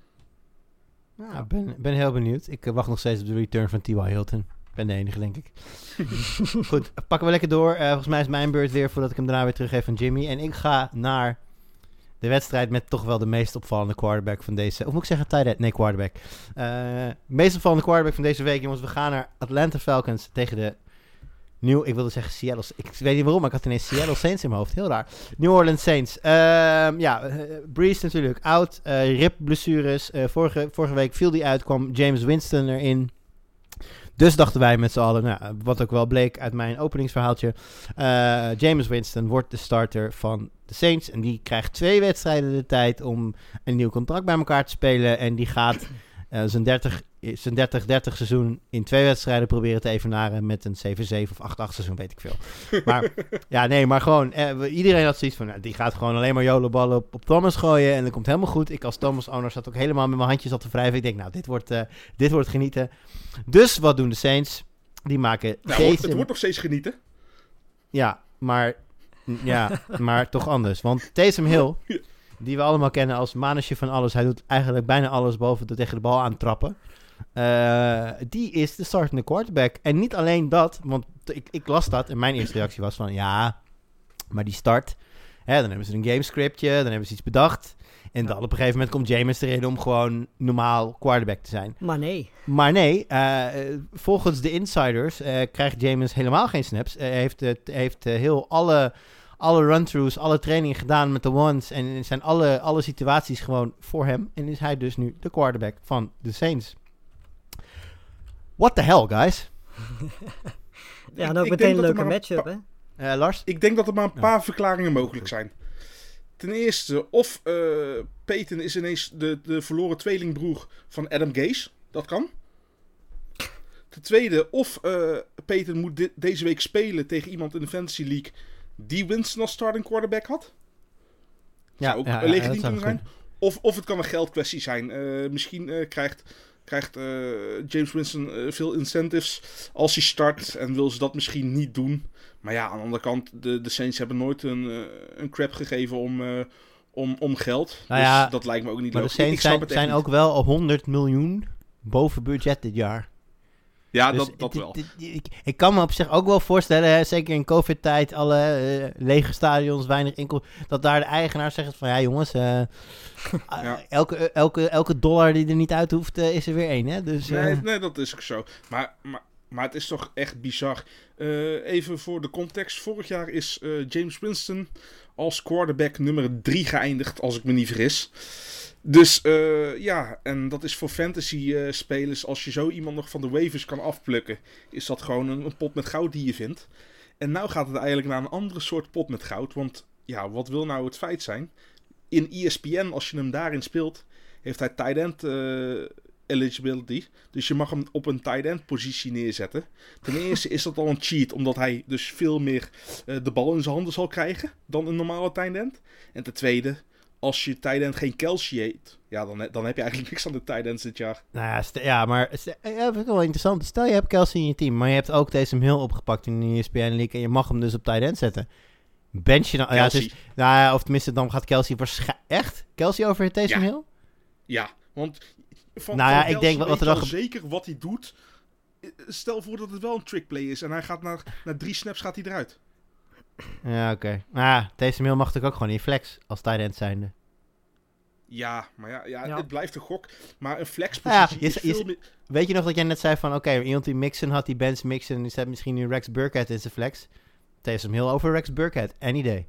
Ik ja, ben, ben heel benieuwd. Ik uh, wacht nog steeds op de return van T Y. Hilton. Ik ben de enige, denk ik. Goed, pakken we lekker door. Uh, volgens mij is mijn beurt weer voordat ik hem daarna weer teruggeef aan Jimmy. En ik ga naar de wedstrijd met toch wel de meest opvallende quarterback van deze... Of moet ik zeggen tight end? Nee, quarterback. Uh, meest opvallende quarterback van deze week, jongens. We gaan naar Atlanta Falcons tegen de... Nieuw, ik wilde zeggen Seattle... Ik weet niet waarom, maar ik had ineens Seattle Saints in mijn hoofd. Heel raar. New Orleans Saints. Uh, ja, uh, Breeze natuurlijk oud. Uh, ribblessures. Uh, vorige, vorige week viel die uit. Kwam James Winston erin. Dus dachten wij met z'n allen, nou, wat ook wel bleek uit mijn openingsverhaaltje. Uh, James Winston wordt de starter van de Saints. En die krijgt twee wedstrijden de tijd om een nieuw contract bij elkaar te spelen. En die gaat uh, zijn dertig dertig seizoen in twee wedstrijden proberen te evenaren met een zeven zeven of acht acht seizoen, weet ik veel. Maar ja, nee, maar gewoon, eh, iedereen had zoiets van, nou, die gaat gewoon alleen maar YOLO-ballen op, op Thomas gooien en dat komt helemaal goed. Ik als Thomas-owner zat ook helemaal met mijn handjes al te wrijven. Ik denk, nou, dit wordt, uh, dit wordt genieten. Dus wat doen de Saints? Die maken Nou, deze... het wordt nog steeds genieten. Ja, maar, ja, maar toch anders. Want Taysom Hill, die we allemaal kennen als manusje van alles. Hij doet eigenlijk bijna alles boven de tegen de bal aan trappen. Uh, die is de startende quarterback. En niet alleen dat, want ik, ik las dat en mijn eerste reactie was van ja, maar die start, hè, dan hebben ze een gamescriptje, dan hebben ze iets bedacht. En dan op een gegeven moment komt Jameis erin om gewoon normaal quarterback te zijn. maar nee. Maar nee, uh, volgens de insiders uh, krijgt Jameis helemaal geen snaps. Hij uh, heeft, uh, heeft uh, heel alle, alle run-throughs, alle trainingen gedaan met de ones. En zijn alle, alle situaties gewoon voor hem. En is hij dus nu de quarterback van de Saints. What the hell, guys? Ja, en ook Ik meteen denk een dat er leuke maar matchup, een hè? Uh, Lars? Ik denk dat er maar een Ja. paar verklaringen mogelijk zijn. Ten eerste, of uh, Peyton is ineens de, de verloren tweelingbroer van Adam Gase. Dat kan. Ten tweede, of uh, Peyton moet di- deze week spelen tegen iemand in de Fantasy League die Winston als starting quarterback had. Ja, Zou ook ja, ja, legitiem dat zou kunnen zijn. goed. Of, of het kan een geldkwestie zijn. Uh, misschien uh, krijgt, krijgt uh, James Winston uh, veel incentives als hij start en wil ze dat misschien niet doen. Maar ja, aan de andere kant, de, de Saints hebben nooit een, uh, een crap gegeven om, uh, om, om geld. Nou dus ja, dat lijkt me ook niet Maar de logisch. Ik, ik Saints snap zijn, het echt zijn niet. ook wel op honderd miljoen boven budget dit jaar. Ja, Dus dat, dat dit- wel. dit- dit- ik, ik kan me op zich ook wel voorstellen, hè, zeker in COVID-tijd, alle uh, lege stadions, weinig inkomsten, dat daar de eigenaar zegt van ja jongens, uh, Ja. elke, elke, elke dollar die er niet uit hoeft, uh, is er weer één. Hè? Dus, uh, Nee, nee, dat is ook zo. Maar, maar, maar het is toch echt bizar. Uh, even voor de context. Vorig jaar is uh, James Winston als quarterback nummer drie geëindigd, als ik me niet vergis. Dus uh, ja, en dat is voor fantasy uh, spelers, als je zo iemand nog van de waivers kan afplukken, is dat gewoon een, een pot met goud die je vindt. En nou gaat het eigenlijk naar een andere soort pot met goud. Want ja, wat wil nou het feit zijn? In E S P N, als je hem daarin speelt, heeft hij tight end uh, eligibility. Dus je mag hem op een tight end positie neerzetten. Ten eerste is dat al een cheat, omdat hij dus veel meer uh, de bal in zijn handen zal krijgen dan een normale tight end. En ten tweede, als je tight end geen Kelce heet, ja, dan, dan heb je eigenlijk niks aan de tight ends dit jaar. Nou ja, st- ja maar st- ja, dat vind ik wel interessant. Stel je hebt Kelce in je team, maar je hebt ook Taysom Hill opgepakt in de E S P N League en je mag hem dus op tight end zetten. Bench je dan... Ja, het is, nou ja, of tenminste, dan gaat Kelce waarschijnlijk... Echt? Kelce over Taysom Ja. Hill? Ja, want van, Nou ja, van ik denk Kelce wat er weet dan je al zeker wat hij doet. Stel voor dat het wel een trickplay is en hij gaat na, na drie snaps gaat hij eruit. Ja, oké. Okay. Nou ja, Taysom Hill mag natuurlijk ook gewoon in flex als tight end zijnde. Ja, maar ja, ja, Ja. het blijft een gok. Maar een flexpositie Nou ja, je is z- je veel z- meer... Weet je nog dat jij net zei van... Oké, okay, iemand die Mixon had, die bench Mixon... en die zet misschien nu Rex Burkhead in zijn flex. Taysom Hill over Rex Burkhead. Any day.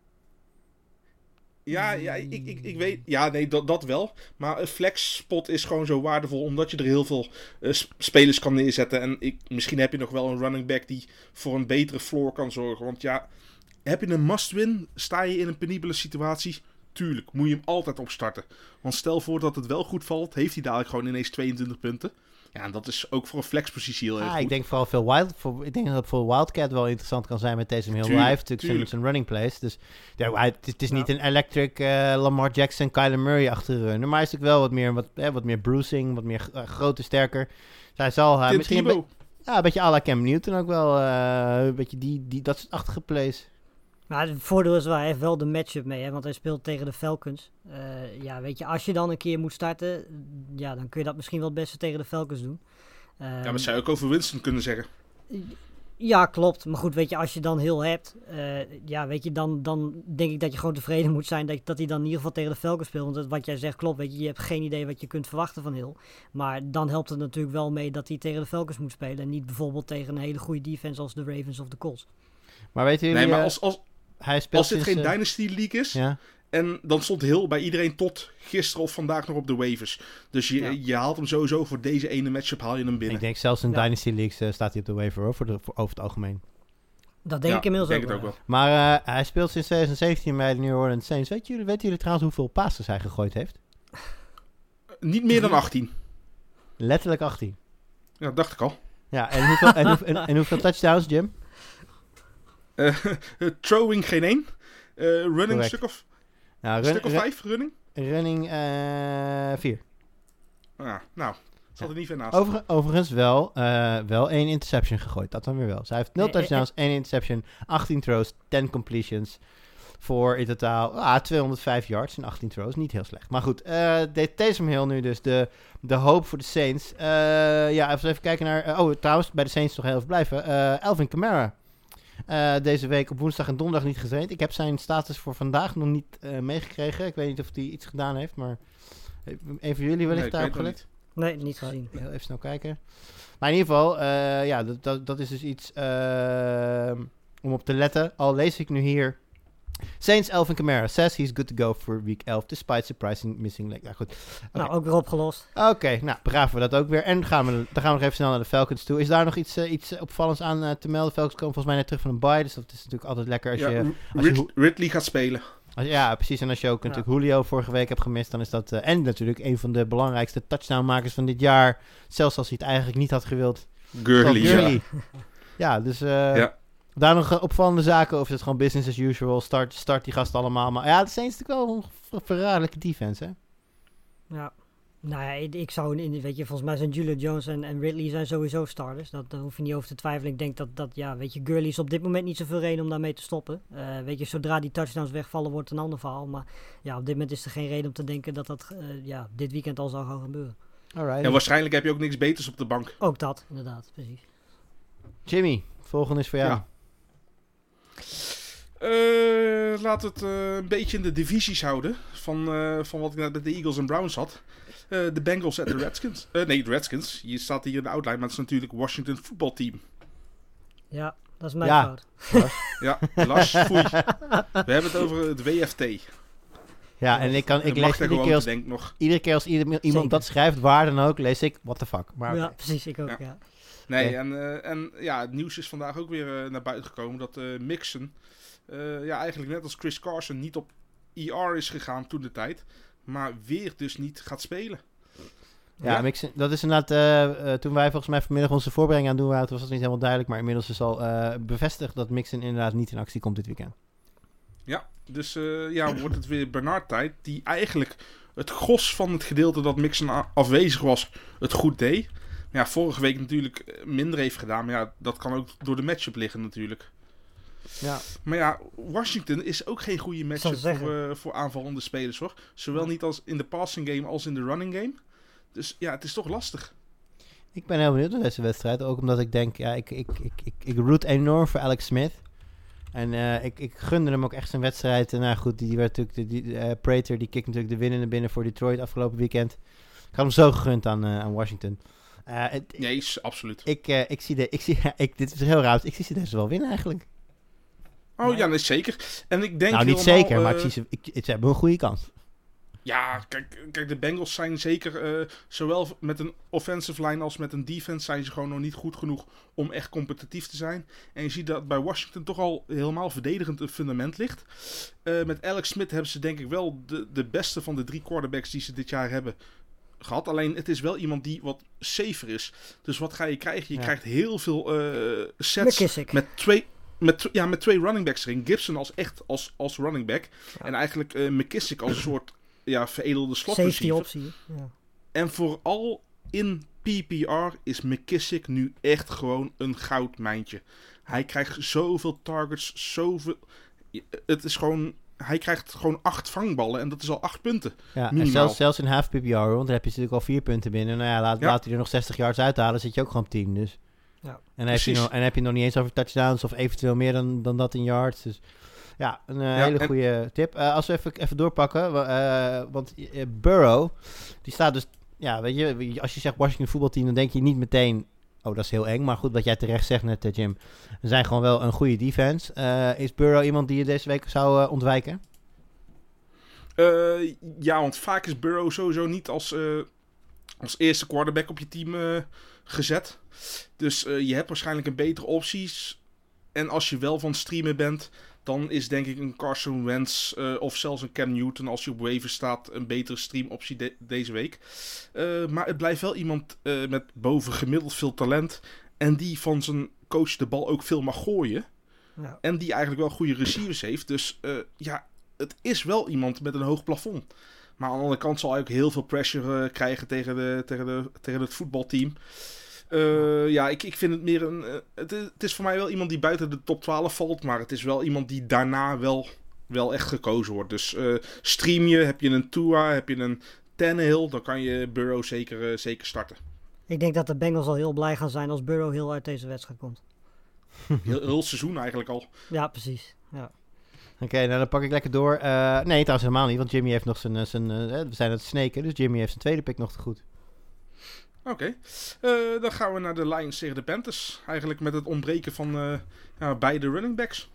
Ja, ja ik, ik, ik weet... Ja, nee, dat, dat wel. Maar een flexspot is gewoon zo waardevol... omdat je er heel veel uh, spelers kan neerzetten. En ik, misschien heb je nog wel een running back... die voor een betere floor kan zorgen. Want ja, heb je een must-win... sta je in een penibele situatie... Tuurlijk, moet je hem altijd opstarten. Want stel voor dat het wel goed valt... heeft hij dadelijk gewoon ineens tweeëntwintig punten. Ja, en dat is ook voor een flexpositie heel erg Ah, goed. ik denk vooral veel wild, voor, ik denk dat het voor Wildcat wel interessant kan zijn met Taysom Hill. Tuurlijk, Hij heeft natuurlijk zijn, tuurlijk. zijn running plays. Dus ja, hij, het, is- het is niet Ja. een electric eh, Lamar Jackson, Kyler Murray achter runner. Maar hij is natuurlijk wel wat meer, wat, eh, wat meer bruising, wat meer uh, groter, sterker. Dus hij zal uh, Tim misschien een, Tebow. be- ja, een beetje à la Cam Newton ook wel. Uh, een beetje die, die, dat soort achtige plays. Maar het voordeel is wel, hij heeft wel de matchup mee, hè, want hij speelt tegen de Falcons. Uh, ja, weet je, als je dan een keer moet starten, ja, dan kun je dat misschien wel het beste tegen de Falcons doen. Uh, Ja, maar zou je ook over Winston kunnen zeggen. Ja, klopt. Maar goed, weet je, als je dan heel hebt, uh, ja, weet je, dan, dan denk ik dat je gewoon tevreden moet zijn dat, dat hij dan in ieder geval tegen de Falcons speelt. Want het, wat jij zegt klopt, weet je, je hebt geen idee wat je kunt verwachten van Hill. Maar dan helpt het natuurlijk wel mee dat hij tegen de Falcons moet spelen en niet bijvoorbeeld tegen een hele goede defense als de Ravens of de Colts. Maar weten jullie, Nee, maar uh, als, als, hij speelt als dit sinds, geen uh, Dynasty League is... Ja. En dan stond Hill bij iedereen tot gisteren of vandaag nog op de waivers. Dus je, Ja. je haalt hem sowieso voor deze ene matchup, haal je hem binnen. Ik denk zelfs in Ja. Dynasty Leagues uh, staat hij op de waiver hoor, voor de, voor, over het algemeen. Dat denk Ja, ik inmiddels denk ook, het wel. ook wel. Maar uh, hij speelt sinds twintig zeventien bij de New Orleans Saints. Weet jullie, weten jullie trouwens hoeveel passes hij gegooid heeft? Niet meer dan achttien. Letterlijk achttien. Ja, dat dacht ik al. Ja, en hoeveel, en, hoeveel, en, en hoeveel touchdowns, Jim? Uh, throwing geen één. Uh, running Correct. een stuk of, Nou, een run, stuk of run- vijf, running. running uh, vier. Ah, nou, zat er niet ver naast. Over, overigens wel, uh, wel één interception gegooid. Dat dan weer wel. Dus hij heeft nul Eh, eh, touchdowns, één interception, achttien throws, tien completions. Voor in totaal ah, tweehonderdvijf yards en achttien throws. Niet heel slecht. Maar goed, uh, de Taysom Hill nu dus de, de hoop voor de Saints. Uh, ja, even even kijken naar... Uh, oh, trouwens, bij de Saints nog heel even blijven. Uh, Alvin Kamara. Uh, deze week op woensdag en donderdag niet getraind. Ik heb zijn status voor vandaag nog niet uh, meegekregen. Ik weet niet of hij iets gedaan heeft, maar... Een van jullie wellicht Nee, ik daarop weet het gelet? Nee, niet gezien. Heel even snel kijken. Maar in ieder geval, uh, ja, dat, dat, dat is dus iets uh, om op te letten. Al lees ik nu hier... Saints Alvin Kamara says he's good to go for week elf, despite surprising missing leg. Nou goed. Okay. Nou, ook weer opgelost. Oké, okay, nou, begraven we dat ook weer. En gaan we, dan gaan we nog even snel naar de Falcons toe. Is daar nog iets, uh, iets opvallends aan uh, te melden? De Falcons komen volgens mij net terug van een bye, dus dat is natuurlijk altijd lekker als ja, je... Als Rid- je Ridley gaat spelen. Als, ja, precies. En als je ook Ja. natuurlijk Julio vorige week hebt gemist, dan is dat... Uh, en natuurlijk een van de belangrijkste touchdownmakers van dit jaar. Zelfs als hij het eigenlijk niet had gewild. Gurley. Top Gurley. Ja. Ja, dus... Uh, Ja. Daar nog uh, opvallende zaken, of is het gewoon business as usual? Start, start die gasten allemaal. Maar ja, het is natuurlijk wel een ver- verraderlijke defense, hè? Ja. Nou ja, ik, ik zou, in, weet je, volgens mij zijn Julio Jones en, en Ridley zijn sowieso starters. Dat, daar hoef je niet over te twijfelen. Ik denk dat, dat ja, weet je, Gurley is op dit moment niet zoveel reden om daarmee te stoppen. Uh, weet je, zodra die touchdowns wegvallen, wordt het een ander verhaal. Maar ja, op dit moment is er geen reden om te denken dat dat uh, ja, dit weekend al zou gaan gebeuren. Alright. En waarschijnlijk heb je ook niks beters op de bank. Ook dat, inderdaad, precies. Jimmy, volgende is voor jou. Ja. Uh, laat het uh, een beetje in de divisies houden. Van, uh, van wat ik net met de Eagles en Browns had. Uh, de Bengals en de Redskins. Uh, nee, de Redskins. Je staat hier in de outline, maar het is natuurlijk Washington voetbalteam. Ja, dat is mijn Ja. fout. Ja, Lars, foei. We hebben het over het W F T. Ja, en ik, kan, ik Ik lees mag er iedere gewoon keer, als, te denken nog. iedere keer als ieder- iemand Zeker. dat schrijft, waar dan ook, lees ik, what the fuck. Maar Ja, oké. precies, ik ook, Ja. ja. Nee, Oké. en, uh, en ja, het nieuws is vandaag ook weer uh, naar buiten gekomen dat uh, Mixon, uh, ja, eigenlijk net als Chris Carson, niet op I R is gegaan toen de tijd, maar weer dus niet gaat spelen. Ja, Ja. Mixon, dat is inderdaad, uh, uh, toen wij volgens mij vanmiddag onze voorbereiding aan het doen waren, toen was dat niet helemaal duidelijk, maar inmiddels is al uh, bevestigd dat Mixon inderdaad niet in actie komt dit weekend. Ja, dus uh, ja, wordt het weer Bernard tijd. Die eigenlijk het gros van het gedeelte dat Mixon a- afwezig was, het goed deed. Maar ja, vorige week natuurlijk minder heeft gedaan. Maar ja, dat kan ook door de matchup liggen natuurlijk. Ja. Maar ja, Washington is ook geen goede matchup voor, uh, voor aanvallende spelers hoor. Zowel niet als in de passing game als in de running game. Dus ja, het is toch lastig. Ik ben heel benieuwd naar deze wedstrijd. Ook omdat ik denk, ja, ik, ik, ik, ik, ik root enorm voor Alex Smith. En uh, ik, ik gunde hem ook echt zijn wedstrijd. En nou goed, die, die werd natuurlijk, die, die, uh, Prater, die kikt natuurlijk de winnende binnen voor Detroit afgelopen weekend. Ik had hem zo gegund aan, uh, aan Washington. Uh, het, nee, absoluut. Ik, uh, ik zie de, ik zie, ik, dit is heel raar, ik zie ze deze wel winnen eigenlijk. Oh nee. Ja, nee, zeker. En ik denk nou, niet helemaal, zeker, uh, maar ik zie ze, ik, ze hebben een goede kans. Ja, kijk, kijk de Bengals zijn zeker, uh, zowel met een offensive line als met een defense zijn ze gewoon nog niet goed genoeg om echt competitief te zijn. En je ziet dat bij Washington toch al helemaal verdedigend een fundament ligt. Uh, met Alex Smith hebben ze denk ik wel de, de beste van de drie quarterbacks die ze dit jaar hebben gehad. Alleen het is wel iemand die wat safer is. Dus wat ga je krijgen? Je ja. krijgt heel veel uh, sets McKissick. met twee... Met, ja, met twee running backs erin. Gibson als echt als, als running back. Ja. En eigenlijk uh, McKissick als een soort ja, veredelde slot receiver. Safety optie. Ja. En vooral in P P R is McKissick nu echt gewoon een goudmijntje. Hij krijgt zoveel targets, zoveel... Het is gewoon... Hij krijgt gewoon acht vangballen en dat is al acht punten. Ja, en zelfs, zelfs in half P P R, want dan heb je natuurlijk al vier punten binnen. Nou ja, laat, ja. laat hij er nog zestig yards uithalen, zit je ook gewoon op tien. Dus. Ja, en, dan heb je nog, en heb je nog niet eens over touchdowns of eventueel meer dan, dan dat in yards. Dus ja, een uh, ja, hele en... goede tip. Uh, als we even, even doorpakken, uh, want uh, Burrow, die staat dus... Ja, weet je, als je zegt Washington voetbalteam, dan denk je niet meteen... Oh, dat is heel eng. Maar goed, wat jij terecht zegt net, uh, Jim. Ze zijn gewoon wel een goede defense. Uh, is Burrow iemand die je deze week zou uh, ontwijken? Uh, ja, want vaak is Burrow sowieso niet als, uh, als eerste quarterback op je team uh, gezet. Dus uh, je hebt waarschijnlijk een betere opties. En als je wel van streamen bent, dan is denk ik een Carson Wentz uh, of zelfs een Cam Newton als je op waiver staat een betere streamoptie de- deze week. Uh, maar het blijft wel iemand uh, met bovengemiddeld veel talent en die van zijn coach de bal ook veel mag gooien. Ja. En die eigenlijk wel goede receivers heeft. Dus uh, ja, het is wel iemand met een hoog plafond. Maar aan de andere kant zal hij ook heel veel pressure uh, krijgen tegen, de, tegen, de, tegen het voetbalteam. Uh, ja, ik, ik vind het meer een... Uh, het, het is voor mij wel iemand die buiten de top twaalf valt. Maar het is wel iemand die daarna wel, wel echt gekozen wordt. Dus uh, stream je, heb je een Tua, heb je een Tannehill, dan kan je Burrow zeker, uh, zeker starten. Ik denk dat de Bengals al heel blij gaan zijn als Burrow heel uit deze wedstrijd komt. Heel, heel seizoen eigenlijk al. Ja, precies. Ja. Oké, okay, nou dan pak ik lekker door. Uh, nee, trouwens helemaal niet, want Jimmy heeft nog zijn... zijn uh, we zijn aan het sneken, dus Jimmy heeft zijn tweede pick nog te goed. Oké, okay. uh, dan gaan we naar de Lions tegen de Panthers. Eigenlijk met het ontbreken van uh, ja, beide running backs.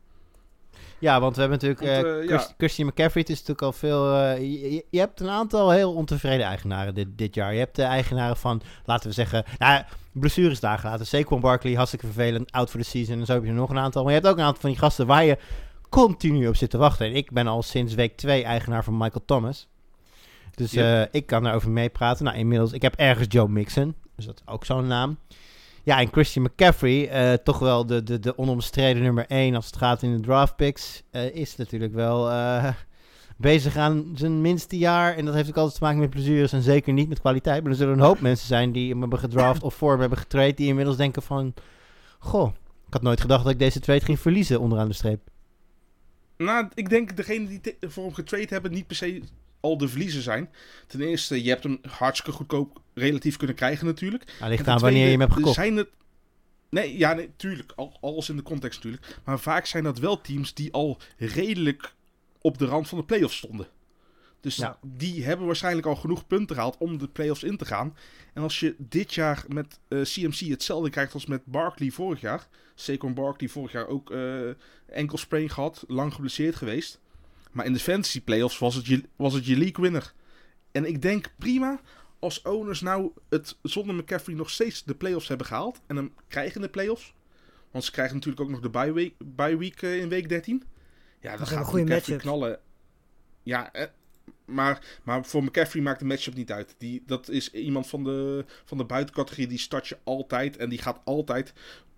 Ja, want we hebben natuurlijk... Uh, want, uh, Christ- ja. Christian McCaffrey, het is natuurlijk al veel... Uh, je, je hebt een aantal heel ontevreden eigenaren dit, dit jaar. Je hebt de eigenaren van, laten we zeggen... Nou, blessures daar gelaten. Saquon Barkley, hartstikke vervelend, out for the season. En zo heb je er nog een aantal. Maar je hebt ook een aantal van die gasten waar je continu op zit te wachten. En ik ben al sinds week twee eigenaar van Michael Thomas. Dus uh, yep. ik kan daarover meepraten. Nou, inmiddels, ik heb ergens Joe Mixon. Dus dat is ook zo'n naam. Ja, en Christian McCaffrey, uh, toch wel de, de, de onomstreden nummer één als het gaat in de draft picks, uh, is natuurlijk wel uh, bezig aan zijn minste jaar. En dat heeft ook altijd te maken met blessures en zeker niet met kwaliteit. Maar er zullen een hoop mensen zijn die hem hebben gedraft of voor hem hebben getrade, die inmiddels denken van, goh, ik had nooit gedacht dat ik deze trade ging verliezen onderaan de streep. Nou, ik denk degene die te- voor hem getrade hebben niet per se al de verliezen zijn. Ten eerste, je hebt hem hartstikke goedkoop relatief kunnen krijgen natuurlijk. Nou, ligt aan wanneer je hem hebt gekocht. Zijn het... Nee, ja, nee, tuurlijk. Al, alles in de context natuurlijk. Maar vaak zijn dat wel teams die al redelijk op de rand van de playoffs stonden. Dus ja. die hebben waarschijnlijk al genoeg punten gehaald om de playoffs in te gaan. En als je dit jaar met uh, C M C hetzelfde krijgt als met Barkley vorig jaar. Saquon Barkley vorig jaar ook uh, enkel sprain gehad, lang geblesseerd geweest. Maar in de fantasy playoffs was het je, was het je league winner. En ik denk prima als owners nou het zonder McCaffrey nog steeds de playoffs hebben gehaald. En hem krijgen in de playoffs. Want ze krijgen natuurlijk ook nog de bye week, bye week uh, in week dertien. Ja, dan gaat McCaffrey matchup. knallen. Ja, eh, maar, maar voor McCaffrey maakt de matchup niet uit. Die, dat is iemand van de, van de buitencategorie. Die start je altijd. En die gaat altijd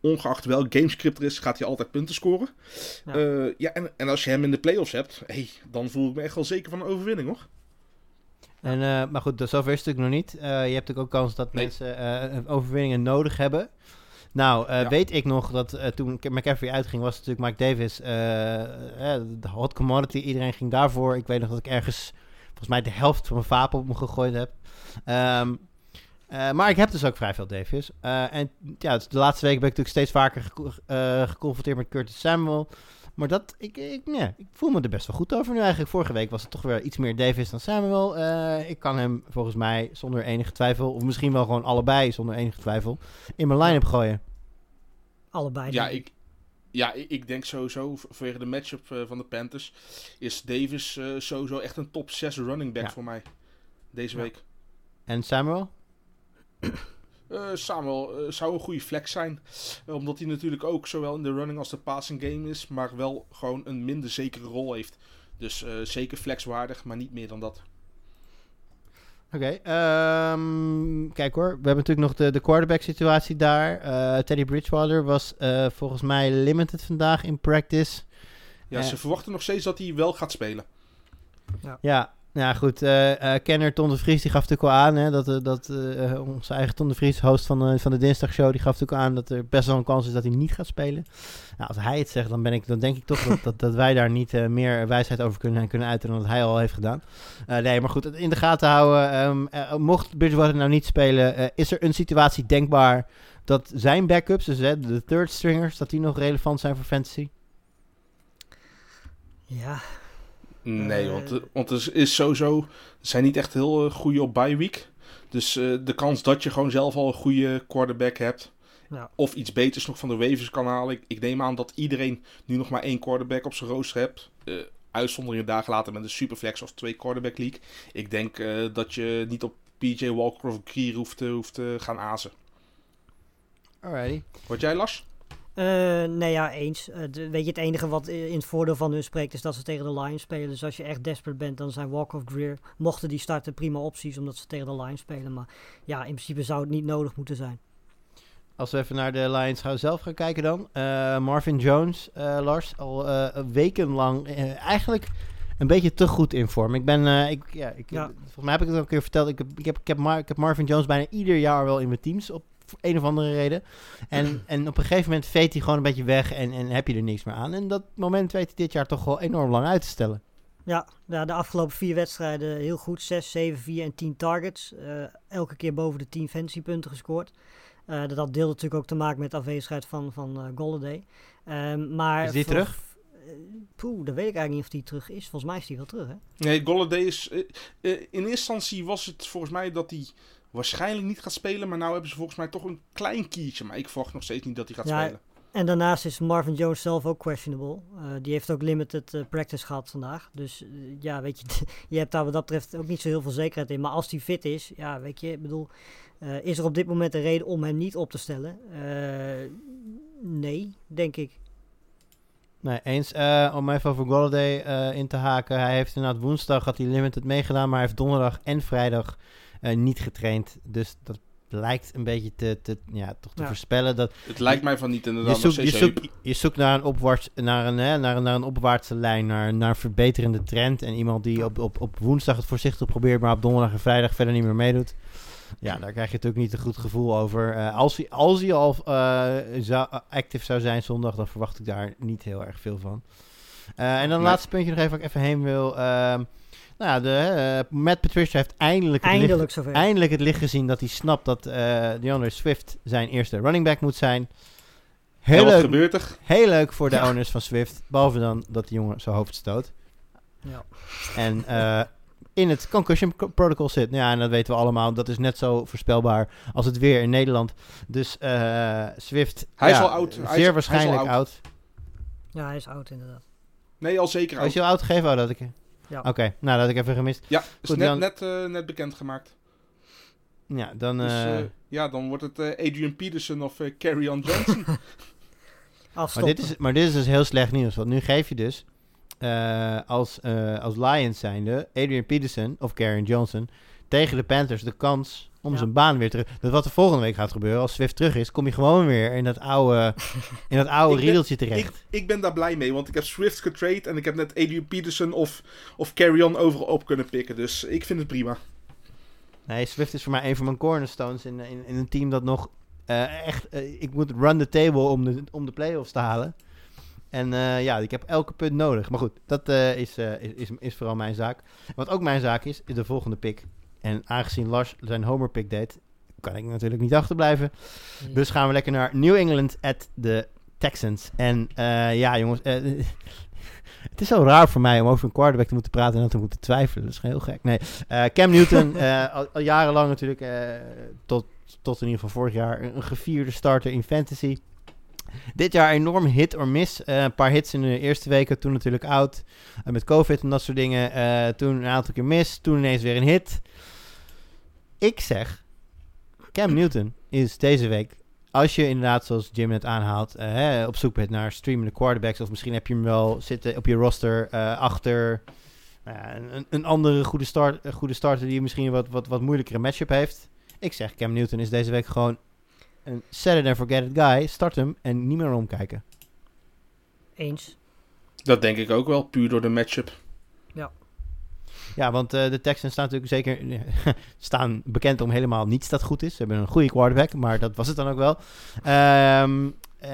ongeacht welk gamescript er is, gaat hij altijd punten scoren. Ja. Ja, uh, ja en, en als je hem in de playoffs hebt, hey, dan voel ik me echt wel zeker van een overwinning, hoor. En, uh, maar goed, zover is het natuurlijk nog niet. Uh, je hebt natuurlijk ook kans dat nee. mensen uh, overwinningen nodig hebben. Nou, uh, ja. weet ik nog dat uh, toen McCaffrey uitging, was natuurlijk Mike Davis uh, uh, de hot commodity. Iedereen ging daarvoor. Ik weet nog dat ik ergens, volgens mij de helft van mijn vapen op me gegooid heb. Um, uh, maar ik heb dus ook vrij veel Davis. Uh, en ja, dus de laatste week ben ik natuurlijk steeds vaker geko- uh, geconfronteerd met Curtis Samuel. Maar dat, ik, ik, ja, ik voel me er best wel goed over nu eigenlijk. Vorige week was het toch weer iets meer Davis dan Samuel. Uh, ik kan hem volgens mij zonder enige twijfel, of misschien wel gewoon allebei zonder enige twijfel, in mijn line-up gooien. Allebei. Ja, ik, ja, ik denk sowieso, vanwege de matchup uh, van de Panthers, is Davis uh, sowieso echt een top zes running back ja. voor mij. Deze ja. week. En Samuel? Uh, Samuel uh, zou een goede flex zijn. Uh, omdat hij natuurlijk ook zowel in de running als de passing game is. Maar wel gewoon een minder zekere rol heeft. Dus uh, zeker flexwaardig, maar niet meer dan dat. Oké, okay, um, kijk hoor. We hebben natuurlijk nog de, de quarterback situatie daar. Uh, Teddy Bridgewater was uh, volgens mij limited vandaag in practice. Ja, uh, ze verwachten nog steeds dat hij wel gaat spelen. Ja, ja. Ja, goed. Uh, uh, kenner Ton de Vries, die gaf natuurlijk al aan, hè, dat, uh, dat uh, onze eigen Ton de Vries, host van, uh, van de dinsdagshow, die gaf natuurlijk aan dat er best wel een kans is dat hij niet gaat spelen. Nou, als hij het zegt, dan, ben ik, dan denk ik toch dat, dat, dat wij daar niet uh, meer wijsheid over kunnen, kunnen uiten dan dat hij al heeft gedaan. Uh, nee, maar goed, in de gaten houden. Um, uh, mocht Bridgewater nou niet spelen, uh, is er een situatie denkbaar dat zijn backups, dus uh, de third stringers, dat die nog relevant zijn voor fantasy? Ja... Nee, want, want er is sowieso, zijn niet echt heel uh, goede op bye week. Dus uh, de kans dat je gewoon zelf al een goede quarterback hebt, ja. of iets beters nog van de waivers kan halen. Ik, ik neem aan dat iedereen nu nog maar één quarterback op zijn rooster hebt. Uh, uitzonderingen dagen later met een superflex of twee quarterback league. Ik denk uh, dat je niet op P J Walker of Greer hoeft te, hoeft te gaan azen. Alrighty. Word jij, Lars? Uh, nee, ja, eens. Uh, de, weet je, het enige wat in het voordeel van hun spreekt is dat ze tegen de Lions spelen. Dus als je echt desperate bent, dan zijn Walker of Greer, mochten die starten, prima opties, omdat ze tegen de Lions spelen. Maar ja, in principe zou het niet nodig moeten zijn. Als we even naar de Lions gaan zelf gaan kijken dan. Uh, Marvin Jones, uh, Lars, al uh, wekenlang uh, eigenlijk een beetje te goed in vorm. Ik ben, uh, ik, ja, ik, ja. volgens mij heb ik het al een keer verteld, ik heb, ik heb, ik heb, Mar- ik heb Marvin Jones bijna ieder jaar wel in mijn teams op voor een of andere reden. En, en op een gegeven moment veet hij gewoon een beetje weg en, en heb je er niks meer aan. En dat moment weet hij dit jaar toch wel enorm lang uit te stellen. Ja, ja, de afgelopen vier wedstrijden heel goed. zes, zeven, vier en tien targets. Uh, elke keer boven de tien fantasypunten gescoord. Uh, dat had deel natuurlijk ook te maken met de afwezigheid van, van uh, Golladay. Um, maar is die voor, terug? Uh, poeh, dan weet ik eigenlijk niet of die terug is. Volgens mij is die wel terug, hè? Nee, Golladay is... Uh, uh, in eerste instantie was het volgens mij dat hij waarschijnlijk niet gaat spelen. Maar nou hebben ze volgens mij toch een klein kiertje. Maar ik verwacht nog steeds niet dat hij gaat ja, spelen. En daarnaast is Marvin Jones zelf ook questionable. Uh, die heeft ook limited uh, practice gehad vandaag. Dus uh, ja, weet je, je hebt daar wat dat betreft ook niet zo heel veel zekerheid in. Maar als hij fit is, ja, weet je, ik bedoel, uh, is er op dit moment een reden om hem niet op te stellen? Uh, nee, denk ik. Nee, eens. Uh, om even over Golladay uh, in te haken. Hij heeft inderdaad woensdag had hij limited meegedaan, maar hij heeft donderdag en vrijdag uh, niet getraind. Dus dat lijkt een beetje te, te ja, toch te ja. voorspellen. Dat het lijkt mij van niet inderdaad. Je zoekt, je zoekt, je zoekt naar een opwaarts, naar een, hè, naar een, naar een opwaartse lijn, naar, naar een verbeterende trend. En iemand die op, op, op woensdag het voorzichtig probeert, maar op donderdag en vrijdag verder niet meer meedoet. Ja, daar krijg je natuurlijk niet een goed gevoel over. Uh, als, hij, als hij al uh, zou, uh, actief zou zijn zondag, dan verwacht ik daar niet heel erg veel van. Uh, en dan een nee. laatste puntje nog even waar ik even heen wil. Uh, nou ja, de, uh, Matt Patricia heeft eindelijk, eindelijk, het licht, zover. eindelijk het licht gezien dat hij snapt dat uh, DeAndre Swift zijn eerste running back moet zijn. Heel en wat leuk, gebeurt er? Heel leuk voor de ja. owners van Swift. Behalve dan dat die jongen zijn hoofd stoot. Ja. En uh, in het concussion protocol zit. Ja, en dat weten we allemaal. Dat is net zo voorspelbaar als het weer in Nederland. Dus uh, Swift... Hij ja, is al oud. Zeer hij is, waarschijnlijk hij is oud. Ja, hij is oud inderdaad. Nee, al zeker oud. Oh, is hij al oud gegeven? Oh, dat ik... Ja. Oké, okay. Nou, dat had ik even gemist. Ja, is Goed, net, dan... net, uh, net bekendgemaakt. Ja, dan... Dus, uh... uh, ja, dan wordt het uh, Adrian Peterson of uh, Kerryon Johnson. maar, dit is, maar dit is dus heel slecht nieuws. Want nu geef je dus... Uh, als, uh, als Lions zijnde Adrian Peterson of Kerryon Johnson tegen de Panthers de kans om Ja. zijn baan weer terug... Dat wat er volgende week gaat gebeuren, als Swift terug is, kom je gewoon weer in dat oude, in dat oude Ik ben- riedeltje terecht. Ik, ik ben daar blij mee, want ik heb Swift getrade en ik heb net Adrian Peterson of, of Carry-On overal op kunnen pikken. Dus ik vind het prima. Nee, Swift is voor mij een van mijn cornerstones in, in, in een team dat nog uh, echt... Uh, ik moet run the table om de, om de playoffs te halen. En uh, ja, ik heb elke punt nodig. Maar goed, dat uh, is, uh, is, is, is vooral mijn zaak. Wat ook mijn zaak is, is de volgende pick. En aangezien Lars zijn homer pick deed, kan ik natuurlijk niet achterblijven. Nee. Dus gaan we lekker naar New England at the Texans. En uh, ja, jongens... Uh, het is zo raar voor mij om over een quarterback te moeten praten en dan te moeten twijfelen. Dat is heel gek. Nee, uh, Cam Newton, uh, al, al jarenlang natuurlijk, uh, tot, tot in ieder geval vorig jaar, een gevierde starter in fantasy. Dit jaar enorm hit or miss. Uh, een paar hits in de eerste weken, toen natuurlijk oud. Uh, met COVID en dat soort dingen. Uh, toen een aantal keer mis, toen ineens weer een hit. Ik zeg, Cam Newton is deze week... Als je inderdaad, zoals Jim net aanhaalt, uh, hè, op zoek bent naar streamende quarterbacks, of misschien heb je hem wel zitten op je roster uh, achter uh, een, een andere goede, start, een goede starter die misschien wat, wat, wat moeilijkere matchup heeft. Ik zeg, Cam Newton is deze week gewoon een set it and forget it guy. Start hem en niet meer omkijken. Eens. Dat denk ik ook wel, puur door de matchup. Ja, want uh, de Texans staan natuurlijk zeker staan bekend om helemaal niets dat goed is. Ze hebben een goede quarterback, maar dat was het dan ook wel. Um,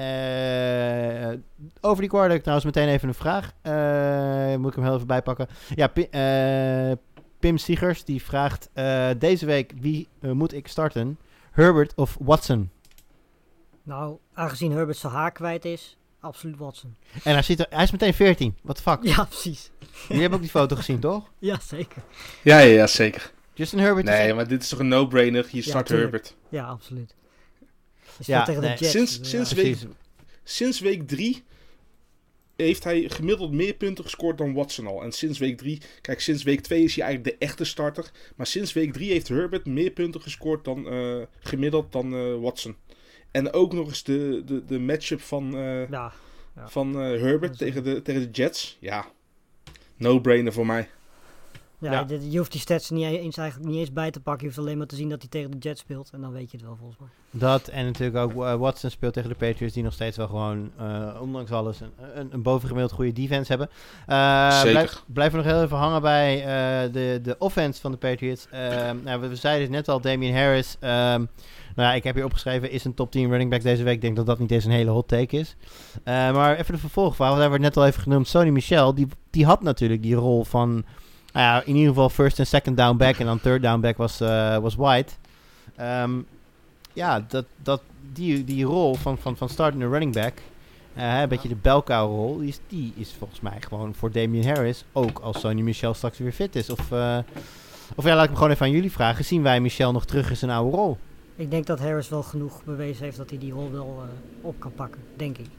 uh, over die quarterback trouwens meteen even een vraag. Uh, moet ik hem heel even bijpakken. Ja, P- uh, Pim Siegers die vraagt uh, deze week wie uh, moet ik starten? Herbert of Watson? Nou, aangezien Herbert zijn haar kwijt is, absoluut Watson. En hij, ziet er, hij is meteen veertien. What the fuck? Ja, precies. Jullie hebben ook die foto gezien, toch? Ja, zeker. Ja, ja, ja, zeker. Justin Herbert is... Nee, maar dit is toch een no-brainer. Je start tuurlijk. Herbert. Ja, absoluut. Hij speelt Ja, tegen nee, de Jets. sinds- dus, sinds ja. week- Precies. Sinds week drie heeft hij gemiddeld meer punten gescoord dan Watson al. En sinds week drie... Kijk, sinds week twee is hij eigenlijk de echte starter. Maar sinds week drie heeft Herbert meer punten gescoord dan uh, gemiddeld dan uh, Watson. En ook nog eens de, de, de matchup van, uh, Ja, ja. van uh, Herbert Dat is- tegen de, tegen de Jets. Ja, no-brainer voor mij. Ja, Ja. dit- je hoeft die stats niet eens, eigenlijk niet eens bij te pakken. Je hoeft alleen maar te zien dat hij tegen de Jets speelt. En dan weet je het wel volgens mij. Dat en natuurlijk ook uh, Watson speelt tegen de Patriots die nog steeds wel gewoon, uh, ondanks alles, een, een, een bovengemiddeld goede defense hebben. Uh, Zeker. Blijf, blijven we nog heel even hangen bij uh, de, de offense van de Patriots. Uh, nou, we, we zeiden het net al, Damian Harris. Um, nou ja, ik heb hier opgeschreven, is een top tien running back deze week. Ik denk dat dat niet eens een hele hot take is. Uh, maar even de vervolgvraag, want daar werd net al even genoemd. Sony Michel, die, die had natuurlijk die rol van... Nou ja, in ieder geval first en second down back en dan third down back was, uh, was White. Um, ja, dat, dat, die, die rol van, van, van startende running back, uh, een beetje de belkou-rol, die is, die is volgens mij gewoon voor Damian Harris, ook als Sony Michel straks weer fit is. Of, uh, of ja, laat ik hem gewoon even aan jullie vragen. Zien wij Michel nog terug in zijn oude rol? Ik denk dat Harris wel genoeg bewezen heeft dat hij die rol wel uh, op kan pakken. Denk ik.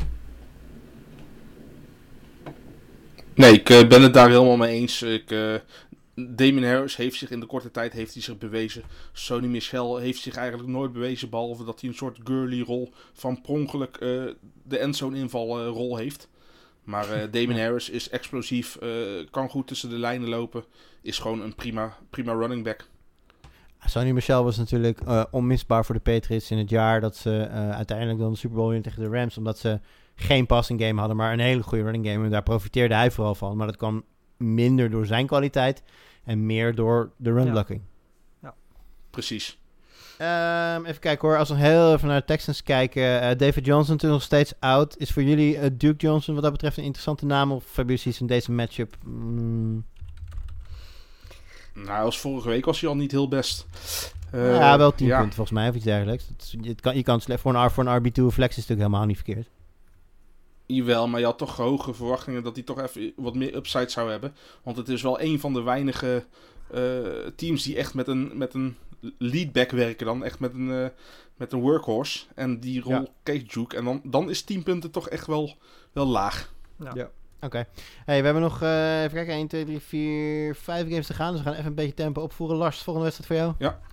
Nee, ik uh, ben het daar helemaal mee eens. Ik, uh, Damian Harris heeft zich in de korte tijd heeft hij zich bewezen. Sony Michel heeft zich eigenlijk nooit bewezen, behalve dat hij een soort girly rol van per ongeluk uh, de endzone inval uh, rol heeft. Maar uh, Damian Harris is explosief, uh, kan goed tussen de lijnen lopen, is gewoon een prima, prima running back. Sony Michel was natuurlijk uh, onmisbaar voor de Patriots in het jaar dat ze uh, uiteindelijk dan de Super Bowl winnen tegen de Rams, omdat ze geen passing game hadden, maar een hele goede running game. En daar profiteerde hij vooral van. Maar dat kwam minder door zijn kwaliteit en meer door de run Ja. blocking. Ja. Precies. Um, even kijken hoor. Als we nog heel even naar de Texans kijken. Uh, David Johnson natuurlijk nog steeds oud. Is voor jullie uh, Duke Johnson wat dat betreft een interessante naam? Of hebben jullie in deze matchup? Mm, Nou, als vorige week was hij al niet heel best. Uh, ja, wel tien ja. punten volgens mij of iets dergelijks. Het, is- het kan, je kan sle- voor een, voor een R B twee flex is het natuurlijk helemaal niet verkeerd. Jawel, maar je had toch hoge verwachtingen dat hij toch even wat meer upside zou hebben. Want het is wel een van de weinige uh, teams die echt met een, met een leadback werken dan. Echt met een, uh, met een workhorse. En die rol Ja. keek Duke. En dan, dan is tien punten toch echt wel, wel laag. Ja. Ja. Oké. Okay. Hey, we hebben nog, uh, even kijken, één, twee, drie, vier, vijf games te gaan. Dus we gaan even een beetje tempo opvoeren. Lars, volgende wedstrijd voor jou?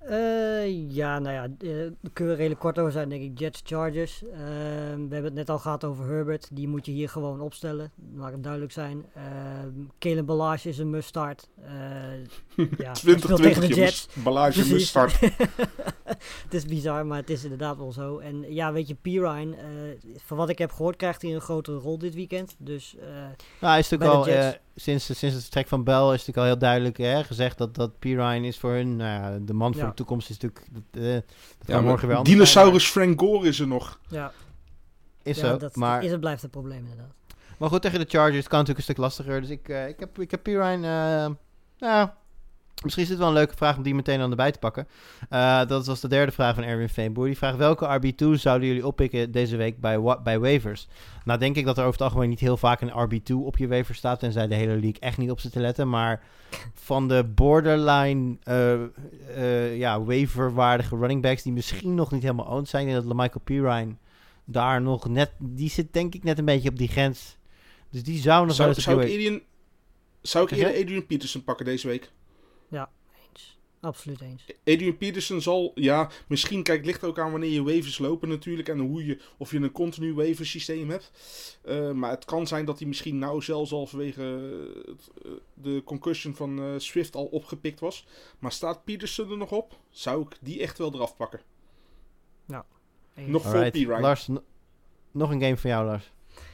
Uh, ja, nou ja, uh, daar kunnen we redelijk kort over zijn, denk ik. Jets, Chargers. Uh, we hebben het net al gehad over Herbert. Die moet je hier gewoon opstellen. Laat het duidelijk zijn. Uh, Kalen Ballage is een must-start. Uh, ja, twintig twintig Ballage must-start. Het is bizar, maar het is inderdaad wel zo. En ja, weet je, Pirine, uh, van wat ik heb gehoord, krijgt hij een grotere rol dit weekend. Dus, uh, nou, hij is natuurlijk al, uh, sinds, sinds het vertrek van Bell is het natuurlijk al heel duidelijk hè, gezegd dat, dat Pirine is voor hun, nou, de man voor ja. de toekomst is natuurlijk, dat, uh, dat ja, morgen weer anders dinosaurus zijn, Frank Gore is er nog. Ja. Is ja, zo, dat maar... is het blijft het probleem inderdaad. Maar goed, tegen de Chargers kan natuurlijk een stuk lastiger. Dus ik, uh, ik heb, ik heb Pirine, uh, nou... Misschien is dit wel een leuke vraag om die meteen aan erbij te pakken. Uh, dat was de derde vraag van Erwin Veenboer. Die vraagt: welke R B twee zouden jullie oppikken deze week bij, wa- bij waivers? Nou, denk ik dat er over het algemeen niet heel vaak een R B twee op je waiver staat. Tenzij de hele league echt niet op zit te letten. Maar van de borderline uh, uh, ja, waiverwaardige running backs die misschien nog niet helemaal owned zijn. En dat LaMichael Pirine daar nog net... Die zit denk ik net een beetje op die grens. Dus die zou nog zou, wel eens... Zou ik, Adrian, zou ik Zeg je? eerder Adrian Peterson pakken deze week? Ja, eens. Absoluut eens. Adrian Peterson zal, ja, misschien, kijk, het ligt ook aan wanneer je waivers lopen natuurlijk en hoe je, of je een continu waiver systeem hebt. Uh, maar het kan zijn dat hij misschien nou zelfs al vanwege uh, de concussion van uh, Swift al opgepikt was. Maar staat Peterson er nog op? Zou ik die echt wel eraf pakken? Ja. Eens. Nog voor Alright, P-Ryan. Lars, no- nog een game van jou, Lars.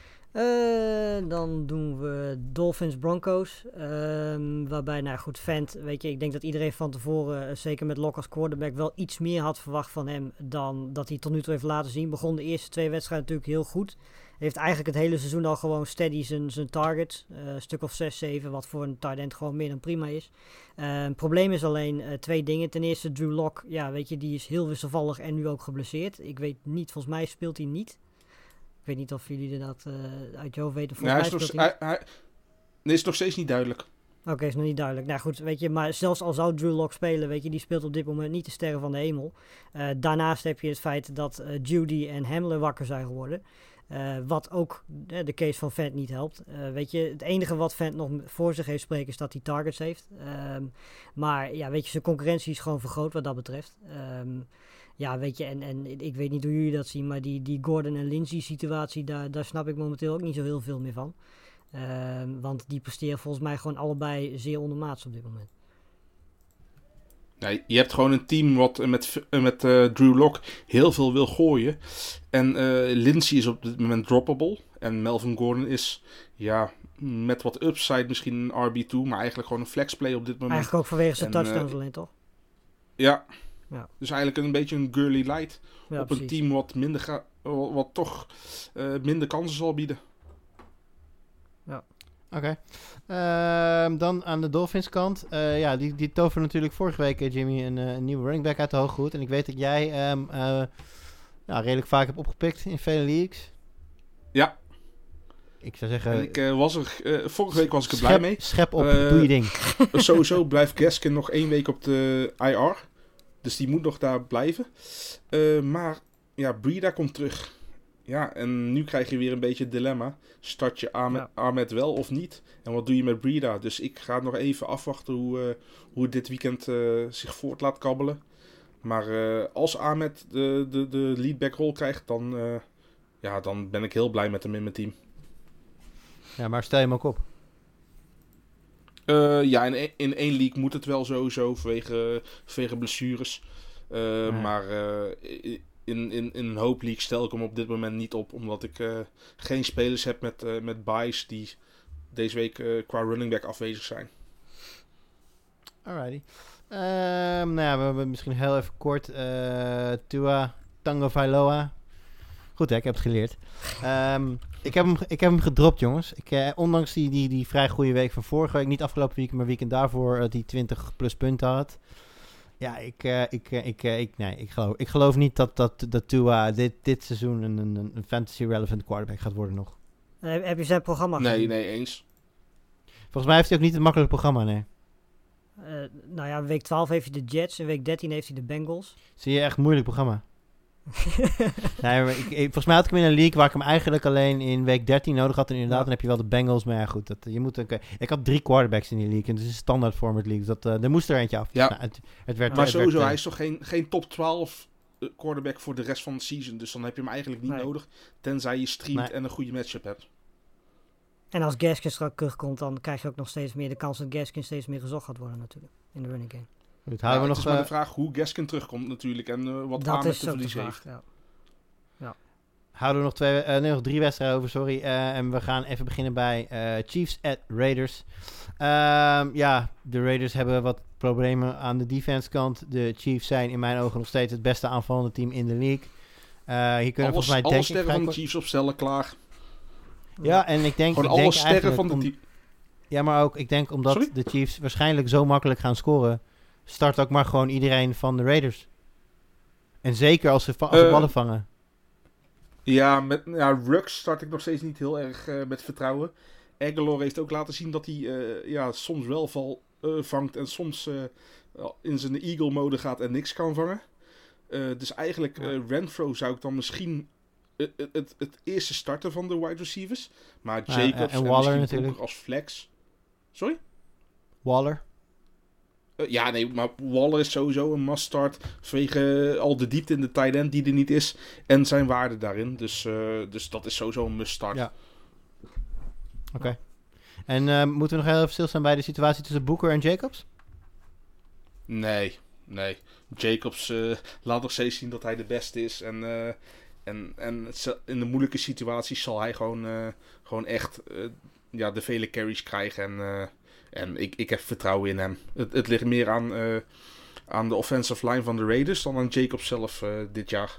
Uh, dan doen we Dolphins Broncos. Um, waarbij, nou goed, Fant, weet je, ik denk dat iedereen van tevoren, uh, zeker met Locke als quarterback, wel iets meer had verwacht van hem dan dat hij tot nu toe heeft laten zien. Begon de eerste twee wedstrijden natuurlijk heel goed. Heeft eigenlijk het hele seizoen al gewoon steady zijn, zijn targets. Uh, een stuk of zes, zeven, wat voor een tight end gewoon meer dan prima is. Uh, het probleem is alleen uh, twee dingen. Ten eerste, Drew Lock, ja, weet je, die is heel wisselvallig en nu ook geblesseerd. Ik weet niet, volgens mij speelt hij niet. Ik weet niet of jullie dat uh, uit je hoofd weten. Nee, hij is, nog, hij, hij, nee, is nog steeds niet duidelijk. Oké, okay, is nog niet duidelijk. Nou goed, weet je, maar zelfs al zou Drew Lock spelen, weet je, die speelt op dit moment niet de sterren van de hemel. Uh, daarnaast heb je het feit dat uh, Judy en Hamler wakker zijn geworden. Uh, wat ook uh, de case van Fant niet helpt. Uh, weet je, het enige wat Fant nog voor zich heeft spreken is dat hij targets heeft. Um, maar ja, weet je, zijn concurrentie is gewoon vergroot wat dat betreft. Um, Ja, weet je, en, en ik weet niet hoe jullie dat zien, maar die, die Gordon en Lindsay situatie, daar, daar snap ik momenteel ook niet zo heel veel meer van. Uh, want die presteren volgens mij gewoon allebei zeer ondermaats op dit moment. Ja, je hebt gewoon een team wat met, met uh, Drew Lock heel veel wil gooien. En uh, Lindsay is op dit moment droppable. En Melvin Gordon is, ja, met wat upside misschien een R B twee, maar eigenlijk gewoon een flexplay op dit moment. Eigenlijk ook vanwege zijn en, touchdowns uh, alleen, toch? Ja. Ja. Dus eigenlijk een beetje een girly light Ja, op precies. een team wat, minder ga, wat, wat toch uh, minder kansen zal bieden. Ja. Oké. Okay. Uh, dan aan de Dolphins kant. Uh, ja, die, die toverde natuurlijk vorige week, uh, Jimmy, een, uh, een nieuwe running back uit de hoge hoed. En ik weet dat jij um, uh, ja, redelijk vaak hebt opgepikt in vele leagues. Ja. Ik zou zeggen... En ik uh, was er, uh, vorige week was ik er schep, blij mee. Schep op, uh, doe je ding. Sowieso blijft Gaskin nog één week op de I R. Dus die moet nog daar blijven. Uh, maar ja, Breida komt terug. Ja, en nu krijg je weer een beetje het dilemma. Start je Ahmed, ja. Ahmed wel of niet? En wat doe je met Breida? Dus ik ga nog even afwachten hoe, uh, hoe dit weekend uh, zich voort laat kabbelen. Maar uh, als Ahmed de, de, de leadback rol krijgt, dan, uh, ja, dan ben ik heel blij met hem in mijn team. Ja, maar stel je hem ook op. Uh, ja, in, in één league moet het wel sowieso vanwege, vanwege blessures. Uh, ja. Maar uh, in, in, in een hoop leagues stel ik hem op dit moment niet op. Omdat ik uh, geen spelers heb met, uh, met buys die deze week uh, qua running back afwezig zijn. Alrighty. Um, nou ja, we hebben misschien heel even kort. Uh, Tua Tagovailoa. Goed hè, ik heb het geleerd. Um, ik, heb hem, ik heb hem gedropt, jongens. Ik, uh, ondanks die, die, die vrij goede week van vorige week. Niet afgelopen week, maar weekend daarvoor. Uh, die twintig plus punten had. Ja, ik, uh, ik, uh, ik, uh, ik, nee, ik, geloof, ik geloof niet dat, dat, dat Tua dit, dit seizoen een, een, een fantasy relevant quarterback gaat worden nog. Uh, heb je zijn programma gezien? Nee, nee, eens. Volgens mij heeft hij ook niet het makkelijk programma, nee. Uh, nou ja, week twaalf heeft hij de Jets. In week dertien heeft hij de Bengals. Zie je echt een moeilijk programma? Nee, maar ik, ik, volgens mij had ik hem in een league waar ik hem eigenlijk alleen in week dertien nodig had. En inderdaad, Ja. dan heb je wel de Bengals. Maar ja, goed, dat, je moet ook, ik had drie quarterbacks in die league. En dat is een standaard format league. Dus dat, uh, er moest er eentje af. Ja. Nou, het, het werd, Maar het sowieso, werd, uh, hij is toch geen, geen top twaalf quarterback voor de rest van de season. Dus dan heb je hem eigenlijk niet Nee. nodig. Tenzij je streamt Nee. en een goede matchup hebt. En als Gaskin straks terugkomt, dan krijg je ook nog steeds meer de kans dat Gaskin steeds meer gezocht gaat worden natuurlijk. In de running game. goed, Ja, houden het we is nog... maar uh, de vraag hoe Gaskin terugkomt natuurlijk. En uh, wat dat Ahmed is te ook de verliezen vraag. heeft. Ja. Houden we nog, twee, uh, nee, nog drie wedstrijden over, sorry. Uh, en we gaan even beginnen bij uh, Chiefs at Raiders. Um, ja, de Raiders hebben wat problemen aan de defense kant. De Chiefs zijn in mijn ogen nog steeds het beste aanvallende team in de league. Uh, hier kunnen Alles, volgens mij alle denk sterren ik van de vrij- Chiefs opstellen klaar. Ja, en ik denk, Gewoon ik alle denk sterren eigenlijk van de om- team. Ja, maar ook, ik denk omdat Sorry? de Chiefs waarschijnlijk zo makkelijk gaan scoren, start ook maar gewoon iedereen van de Raiders. En zeker als ze, va- als ze Uh, ballen vangen. Ja, met ja, Ruggs start ik nog steeds niet heel erg uh, met vertrouwen. Aguilar heeft ook laten zien dat hij uh, ja, soms wel val uh, vangt en soms uh, in zijn Eagle-mode gaat en niks kan vangen. Uh, dus eigenlijk, uh, Renfro zou ik dan misschien uh, het, het, het eerste starten van de wide receivers. Maar Ja, Jacobs en en, Waller misschien natuurlijk. Cooper als flex. Sorry? Waller. Uh, ja, nee, maar Waller is sowieso een must-start vanwege al de diepte in de tight end die er niet is en zijn waarde daarin. Dus, uh, dus dat is sowieso een must-start. Ja. Oké. Okay. En uh, moeten we nog heel even stilstaan bij de situatie tussen Booker en Jacobs? Nee, nee. Jacobs uh, laat nog steeds zien dat hij de beste is. En, uh, en, en in de moeilijke situaties zal hij gewoon, uh, gewoon echt uh, ja, de vele carries krijgen. En, uh, en ik, ik heb vertrouwen in hem. Het, het ligt meer aan, uh, aan de offensive line van de Raiders dan aan Jacobs zelf uh, dit jaar.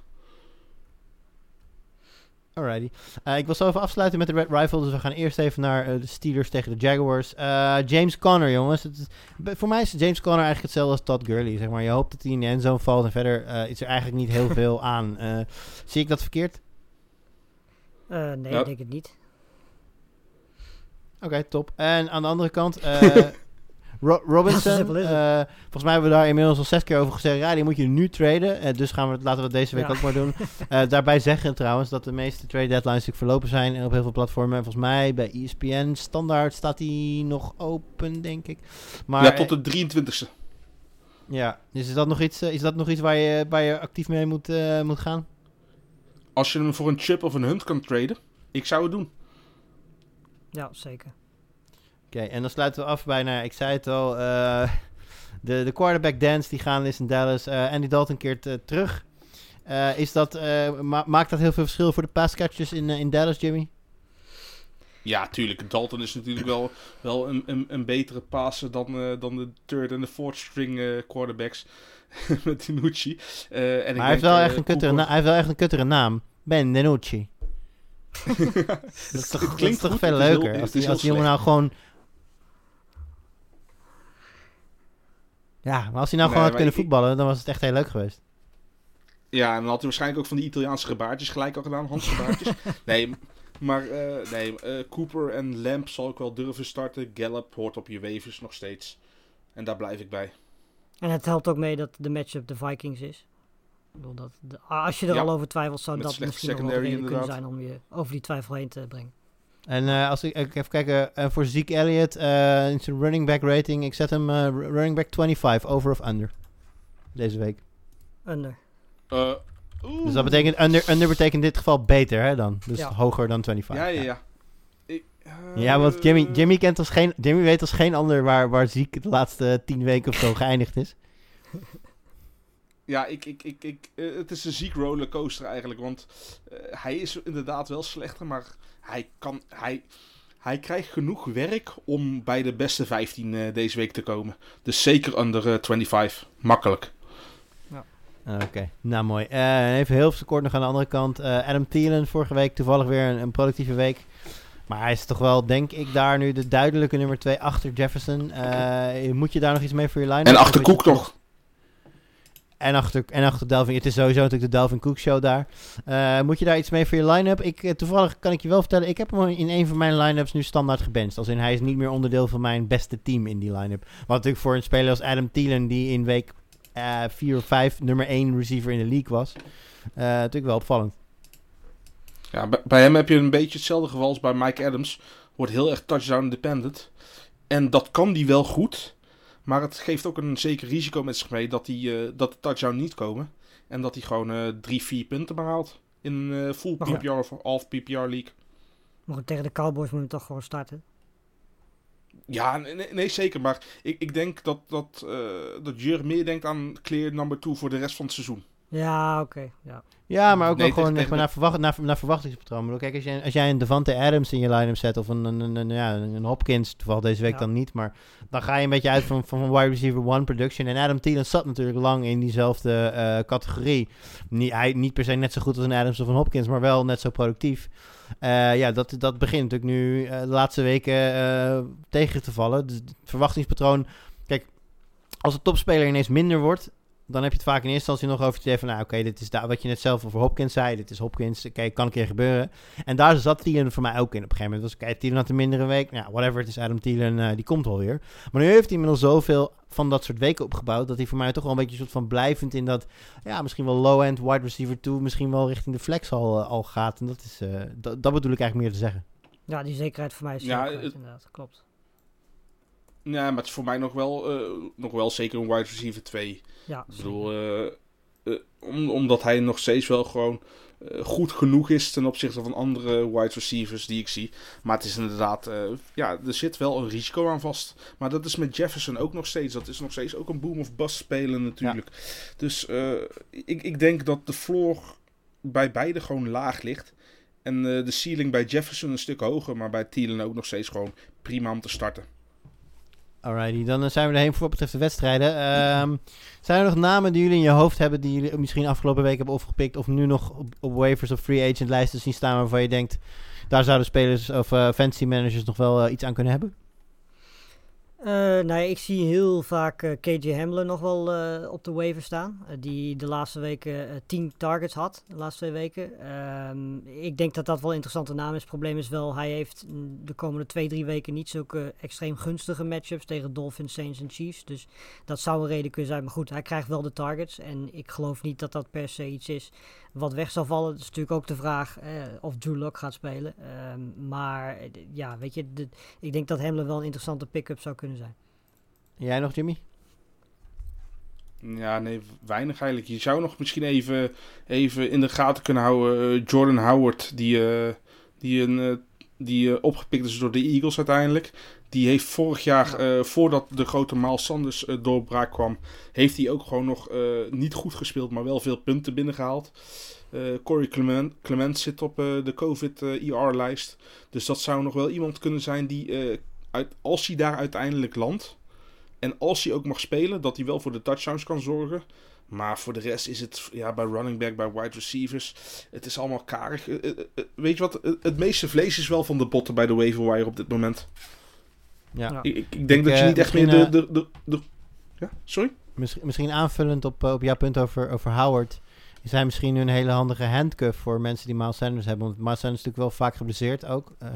Alrighty. Uh, ik wil zo even afsluiten met de Red Rifle. Dus we gaan eerst even naar uh, de Steelers tegen de Jaguars. Uh, James Conner, jongens. Het is, voor mij is James Conner eigenlijk hetzelfde als Todd Gurley. Zeg maar. Je hoopt dat hij in de endzone valt. En verder uh, is er eigenlijk niet heel veel aan. Uh, zie ik dat verkeerd? Uh, nee, Ja. ik denk het niet. Oké, okay, top. En aan de andere kant... Uh, Ro- Robinson, Ja, uh, volgens mij hebben we daar inmiddels al zes keer over gezegd. Ja, die moet je nu traden. Uh, dus gaan we, laten we het deze week Ja. ook maar doen. Uh, daarbij zeggen trouwens dat de meeste trade deadlines natuurlijk verlopen zijn op heel veel platformen. En volgens mij bij E S P N standaard staat die nog open, denk ik. Maar, ja, tot de drieëntwintigste. Ja, dus is dat nog iets, uh, is dat nog iets waar, je, waar je actief mee moet, uh, moet gaan? Als je hem voor een chip of een hunt kan traden, ik zou het doen. Ja, zeker. Oké, okay, en dan sluiten we af bij, nou, ik zei het al, uh, de, de quarterback dance die gaan is in Dallas. Uh, Andy Dalton keert uh, terug. Uh, is dat, uh, ma- maakt dat heel veel verschil voor de passcatchers in, uh, in Dallas, Jimmy? Ja, tuurlijk. Dalton is natuurlijk wel, wel een, een, een betere passer dan, uh, dan de third en de fourth string uh, quarterbacks met Dinucci. Uh, en maar hij heeft, wel echt een kuttere na- hij heeft wel echt een kuttere naam. Ben Dinucci. dat is toch, dat is toch veel leuker heel, als die, als die jongen nou gewoon... Ja, maar als hij nou nee, gewoon had kunnen ik, voetballen, dan was het echt heel leuk geweest. Ja, en dan had hij waarschijnlijk ook van die Italiaanse gebaartjes gelijk al gedaan, handgebaartjes. nee, maar uh, nee, uh, Cooper en Lamb zal ik wel durven starten. Gallup hoort op je waivers nog steeds. En daar blijf ik bij. En het helpt ook mee dat de matchup de Vikings is. Dat de, als je er ja, al over twijfelt, zou dat misschien nog wel reden kunnen zijn om je over die twijfel heen te brengen. En uh, als ik, ik even kijken, uh, voor Zeke Elliott, uh, in zijn running back rating, ik zet hem uh, running back vijfentwintig, over of under, deze week. Under. Uh, dus dat betekent, under, under betekent in dit geval beter, hè, dan? Dus ja. hoger dan vijfentwintig. Ja, ja, ja. Ik, uh, ja, want Jimmy, Jimmy kent als geen, Jimmy weet als geen ander waar, waar Zeke de laatste tien weken of zo geëindigd is. Ja, ik, ik, ik, ik, uh, het is een ziek rollercoaster eigenlijk, want uh, hij is inderdaad wel slechter, maar hij kan, hij, hij krijgt genoeg werk om bij de beste vijftien uh, deze week te komen. Dus zeker onder uh, vijfentwintig, makkelijk. Ja. Oké, okay. Nou mooi. Uh, even heel kort nog aan de andere kant. Uh, Adam Thielen vorige week toevallig weer een, een productieve week. Maar hij is toch wel, denk ik, daar nu de duidelijke nummer twee achter Jefferson. Uh, moet je daar nog iets mee voor je line-up? En achter Cook nog. En achter, en achter Dalvin. Het is sowieso natuurlijk de Dalvin Cook show daar. Uh, moet je daar iets mee voor je line-up? Ik, uh, toevallig kan ik je wel vertellen, ik heb hem in een van mijn line-ups nu standaard gebenched. Als in, hij is niet meer onderdeel van mijn beste team in die line-up. Wat natuurlijk voor een speler als Adam Thielen, die in week uh, vier of vijf nummer één receiver in de league was. Uh, natuurlijk wel opvallend. Ja, bij, bij hem heb je een beetje hetzelfde geval als bij Mike Adams. Wordt heel erg touchdown dependent. En dat kan die wel goed. Maar het geeft ook een zeker risico met zich mee dat, die, uh, dat de touchdown niet komen. En dat hij gewoon uh, drie, vier punten maar haalt. In een uh, full P P R ja. of half P P R league. Maar goed, tegen de Cowboys moet je toch gewoon starten. Ja, nee, nee zeker. Maar ik, ik denk dat, dat, uh, dat Jur meer denkt aan clear number two voor de rest van het seizoen. Ja, oké. Okay, ja. ja, maar ook nee, wel gewoon tegen, tegen naar, verwacht, naar, naar verwachtingspatroon. Bedoel, kijk, als jij, als jij een Davante Adams in je line-up zet of een, een, een, een, ja, een Hopkins, toevallig deze week ja. dan niet, maar dan ga je een beetje uit van, van wide receiver one production. En Adam Thielen zat natuurlijk lang in diezelfde uh, categorie. Niet, hij, niet per se net zo goed als een Adams of een Hopkins, maar wel net zo productief. Uh, ja, dat, dat begint natuurlijk nu uh, de laatste weken uh, tegen te vallen. Dus het verwachtingspatroon, kijk, als de topspeler ineens minder wordt, dan heb je het vaak in eerste instantie nog over het idee van, nou oké, okay, dit is daar wat je net zelf over Hopkins zei, dit is Hopkins, oké, okay, kan een keer gebeuren. En daar zat Thielen voor mij ook in op een gegeven moment. Dus oké, okay, Thielen had een mindere week, nou whatever, het is Adam Thielen, uh, die komt wel weer. Maar nu heeft hij inmiddels zoveel van dat soort weken opgebouwd, dat hij voor mij toch wel een beetje een soort van blijvend in dat, ja, misschien wel low-end wide receiver toe, misschien wel richting de flex al, uh, al gaat. En dat is, uh, d- dat bedoel ik eigenlijk meer te zeggen. Ja, die zekerheid voor mij is ja, zekerheid, het... inderdaad, klopt. Ja, maar het is voor mij nog wel, uh, nog wel zeker een wide receiver twee. Ja, ik bedoel, uh, uh, om, omdat hij nog steeds wel gewoon uh, goed genoeg is ten opzichte van andere wide receivers die ik zie. Maar het is inderdaad, uh, ja, er zit wel een risico aan vast. Maar dat is met Jefferson ook nog steeds. Dat is nog steeds ook een boom of bust spelen natuurlijk. Ja. Dus uh, ik, ik denk dat de floor bij beide gewoon laag ligt. En uh, de ceiling bij Jefferson een stuk hoger, maar bij Thielen ook nog steeds gewoon prima om te starten. Alrighty, dan zijn we erheen voor wat betreft de wedstrijden. Um, zijn er nog namen die jullie in je hoofd hebben die jullie misschien afgelopen week hebben opgepikt of nu nog op, op waivers of free agent lijsten zien staan waarvan je denkt, daar zouden spelers of uh, fantasy managers nog wel uh, iets aan kunnen hebben? Uh, nou ja, ik zie heel vaak uh, K J Hamler nog wel uh, op de waiver staan. Uh, die de laatste weken uh, tien targets had. De laatste twee weken. Um, ik denk dat dat wel een interessante naam is. Het probleem is wel, hij heeft de komende twee, drie weken niet zulke extreem gunstige matchups tegen Dolphins, Saints en Chiefs. Dus dat zou een reden kunnen zijn. Maar goed, hij krijgt wel de targets. En ik geloof niet dat dat per se iets is wat weg zal vallen. Het is natuurlijk ook de vraag eh, of Drew Lock gaat spelen. Um, maar ja, weet je, de, ik denk dat Hamler wel een interessante pick-up zou kunnen zijn. Jij nog, Jimmy? Ja, nee, weinig eigenlijk. Je zou nog misschien even, even in de gaten kunnen houden. Uh, Jordan Howard, die, uh, die, een, uh, die uh, opgepikt is door de Eagles uiteindelijk. Die heeft vorig jaar, uh, voordat de grote Miles Sanders uh, doorbraak kwam, heeft hij ook gewoon nog uh, niet goed gespeeld, maar wel veel punten binnengehaald. Uh, Corey Clement, Clement zit op uh, de COVID-I R-lijst. Dus dat zou nog wel iemand kunnen zijn die, uh, uit, als hij daar uiteindelijk landt, en als hij ook mag spelen, dat hij wel voor de touchdowns kan zorgen. Maar voor de rest is het, ja, bij running back, bij wide receivers, het is allemaal karig. Uh, uh, uh, weet je wat, uh, het meeste vlees is wel van de botten bij de waiver wire op dit moment. Ja. Ik, ik, ik denk ik, dat je niet uh, echt meer de, de, de, de... Ja, sorry? Misschien, misschien aanvullend op, op jouw punt over, over Howard. Is hij misschien nu een hele handige handcuff voor mensen die Miles Sanders hebben? Want Miles Sanders is natuurlijk wel vaak geblesseerd ook. Uh.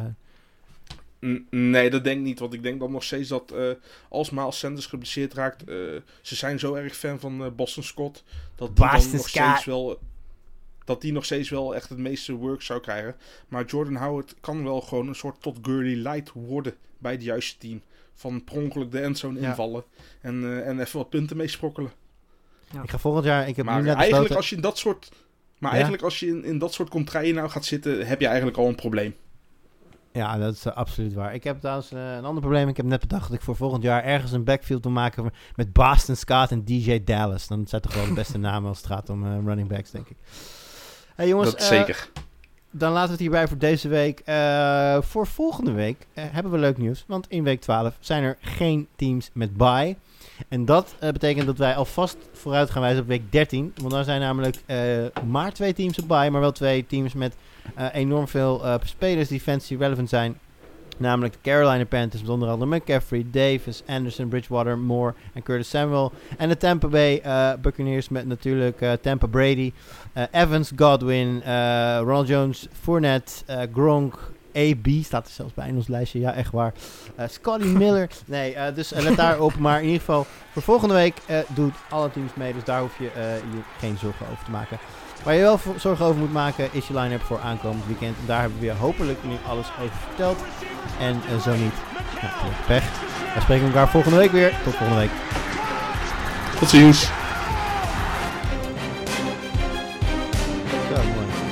N- nee, dat denk ik niet. Want ik denk dan nog steeds dat uh, als Miles Sanders geblesseerd raakt... Uh, ze zijn zo erg fan van uh, Boston Scott... dat die dan nog steeds wel... dat die nog steeds wel echt het meeste work zou krijgen. Maar Jordan Howard kan wel gewoon een soort Todd Gurley light worden bij het juiste team. Van per ongeluk de endzone ja. invallen. En, uh, en even wat punten mee sprokkelen. Ja. Ik ga volgend jaar... Ik heb maar nu net eigenlijk besloten... als je in dat soort... Maar ja? eigenlijk als je in, in dat soort contraien nou gaat zitten... heb je eigenlijk al een probleem. Ja, dat is uh, absoluut waar. Ik heb trouwens uh, een ander probleem. Ik heb net bedacht dat ik voor volgend jaar ergens een backfield wil maken met Boston Scott en D J Dallas. Dan zijn toch wel de beste namen als het gaat om uh, running backs, denk ik. Hey jongens, dat is uh, zeker. Dan laten we het hierbij voor deze week. Uh, voor volgende week uh, hebben we leuk nieuws. Want in week twaalf zijn er geen teams met bye. En dat uh, betekent dat wij alvast vooruit gaan wijzen op week dertien. Want dan zijn namelijk uh, maar twee teams op bye. Maar wel twee teams met uh, enorm veel uh, spelers die fantasy relevant zijn. Namelijk de Carolina Panthers met onder andere McCaffrey, Davis, Anderson, Bridgewater, Moore en Curtis Samuel. En de Tampa Bay uh, Buccaneers met natuurlijk uh, Tampa Brady, uh, Evans, Godwin, uh, Ronald Jones, Fournette, uh, Gronk, A B staat er zelfs bij in ons lijstje. Ja, echt waar. Uh, Scotty Miller. Nee, uh, dus uh, let daarop. Maar in ieder geval, voor volgende week uh, doet alle teams mee. Dus daar hoef je uh, je geen zorgen over te maken. Waar je wel zorgen over moet maken is je line-up voor aankomend weekend. En daar hebben we weer hopelijk nu alles over verteld. En uh, zo niet, nou, pech. We spreken elkaar volgende week weer. Tot volgende week. Tot ziens. Zo mooi.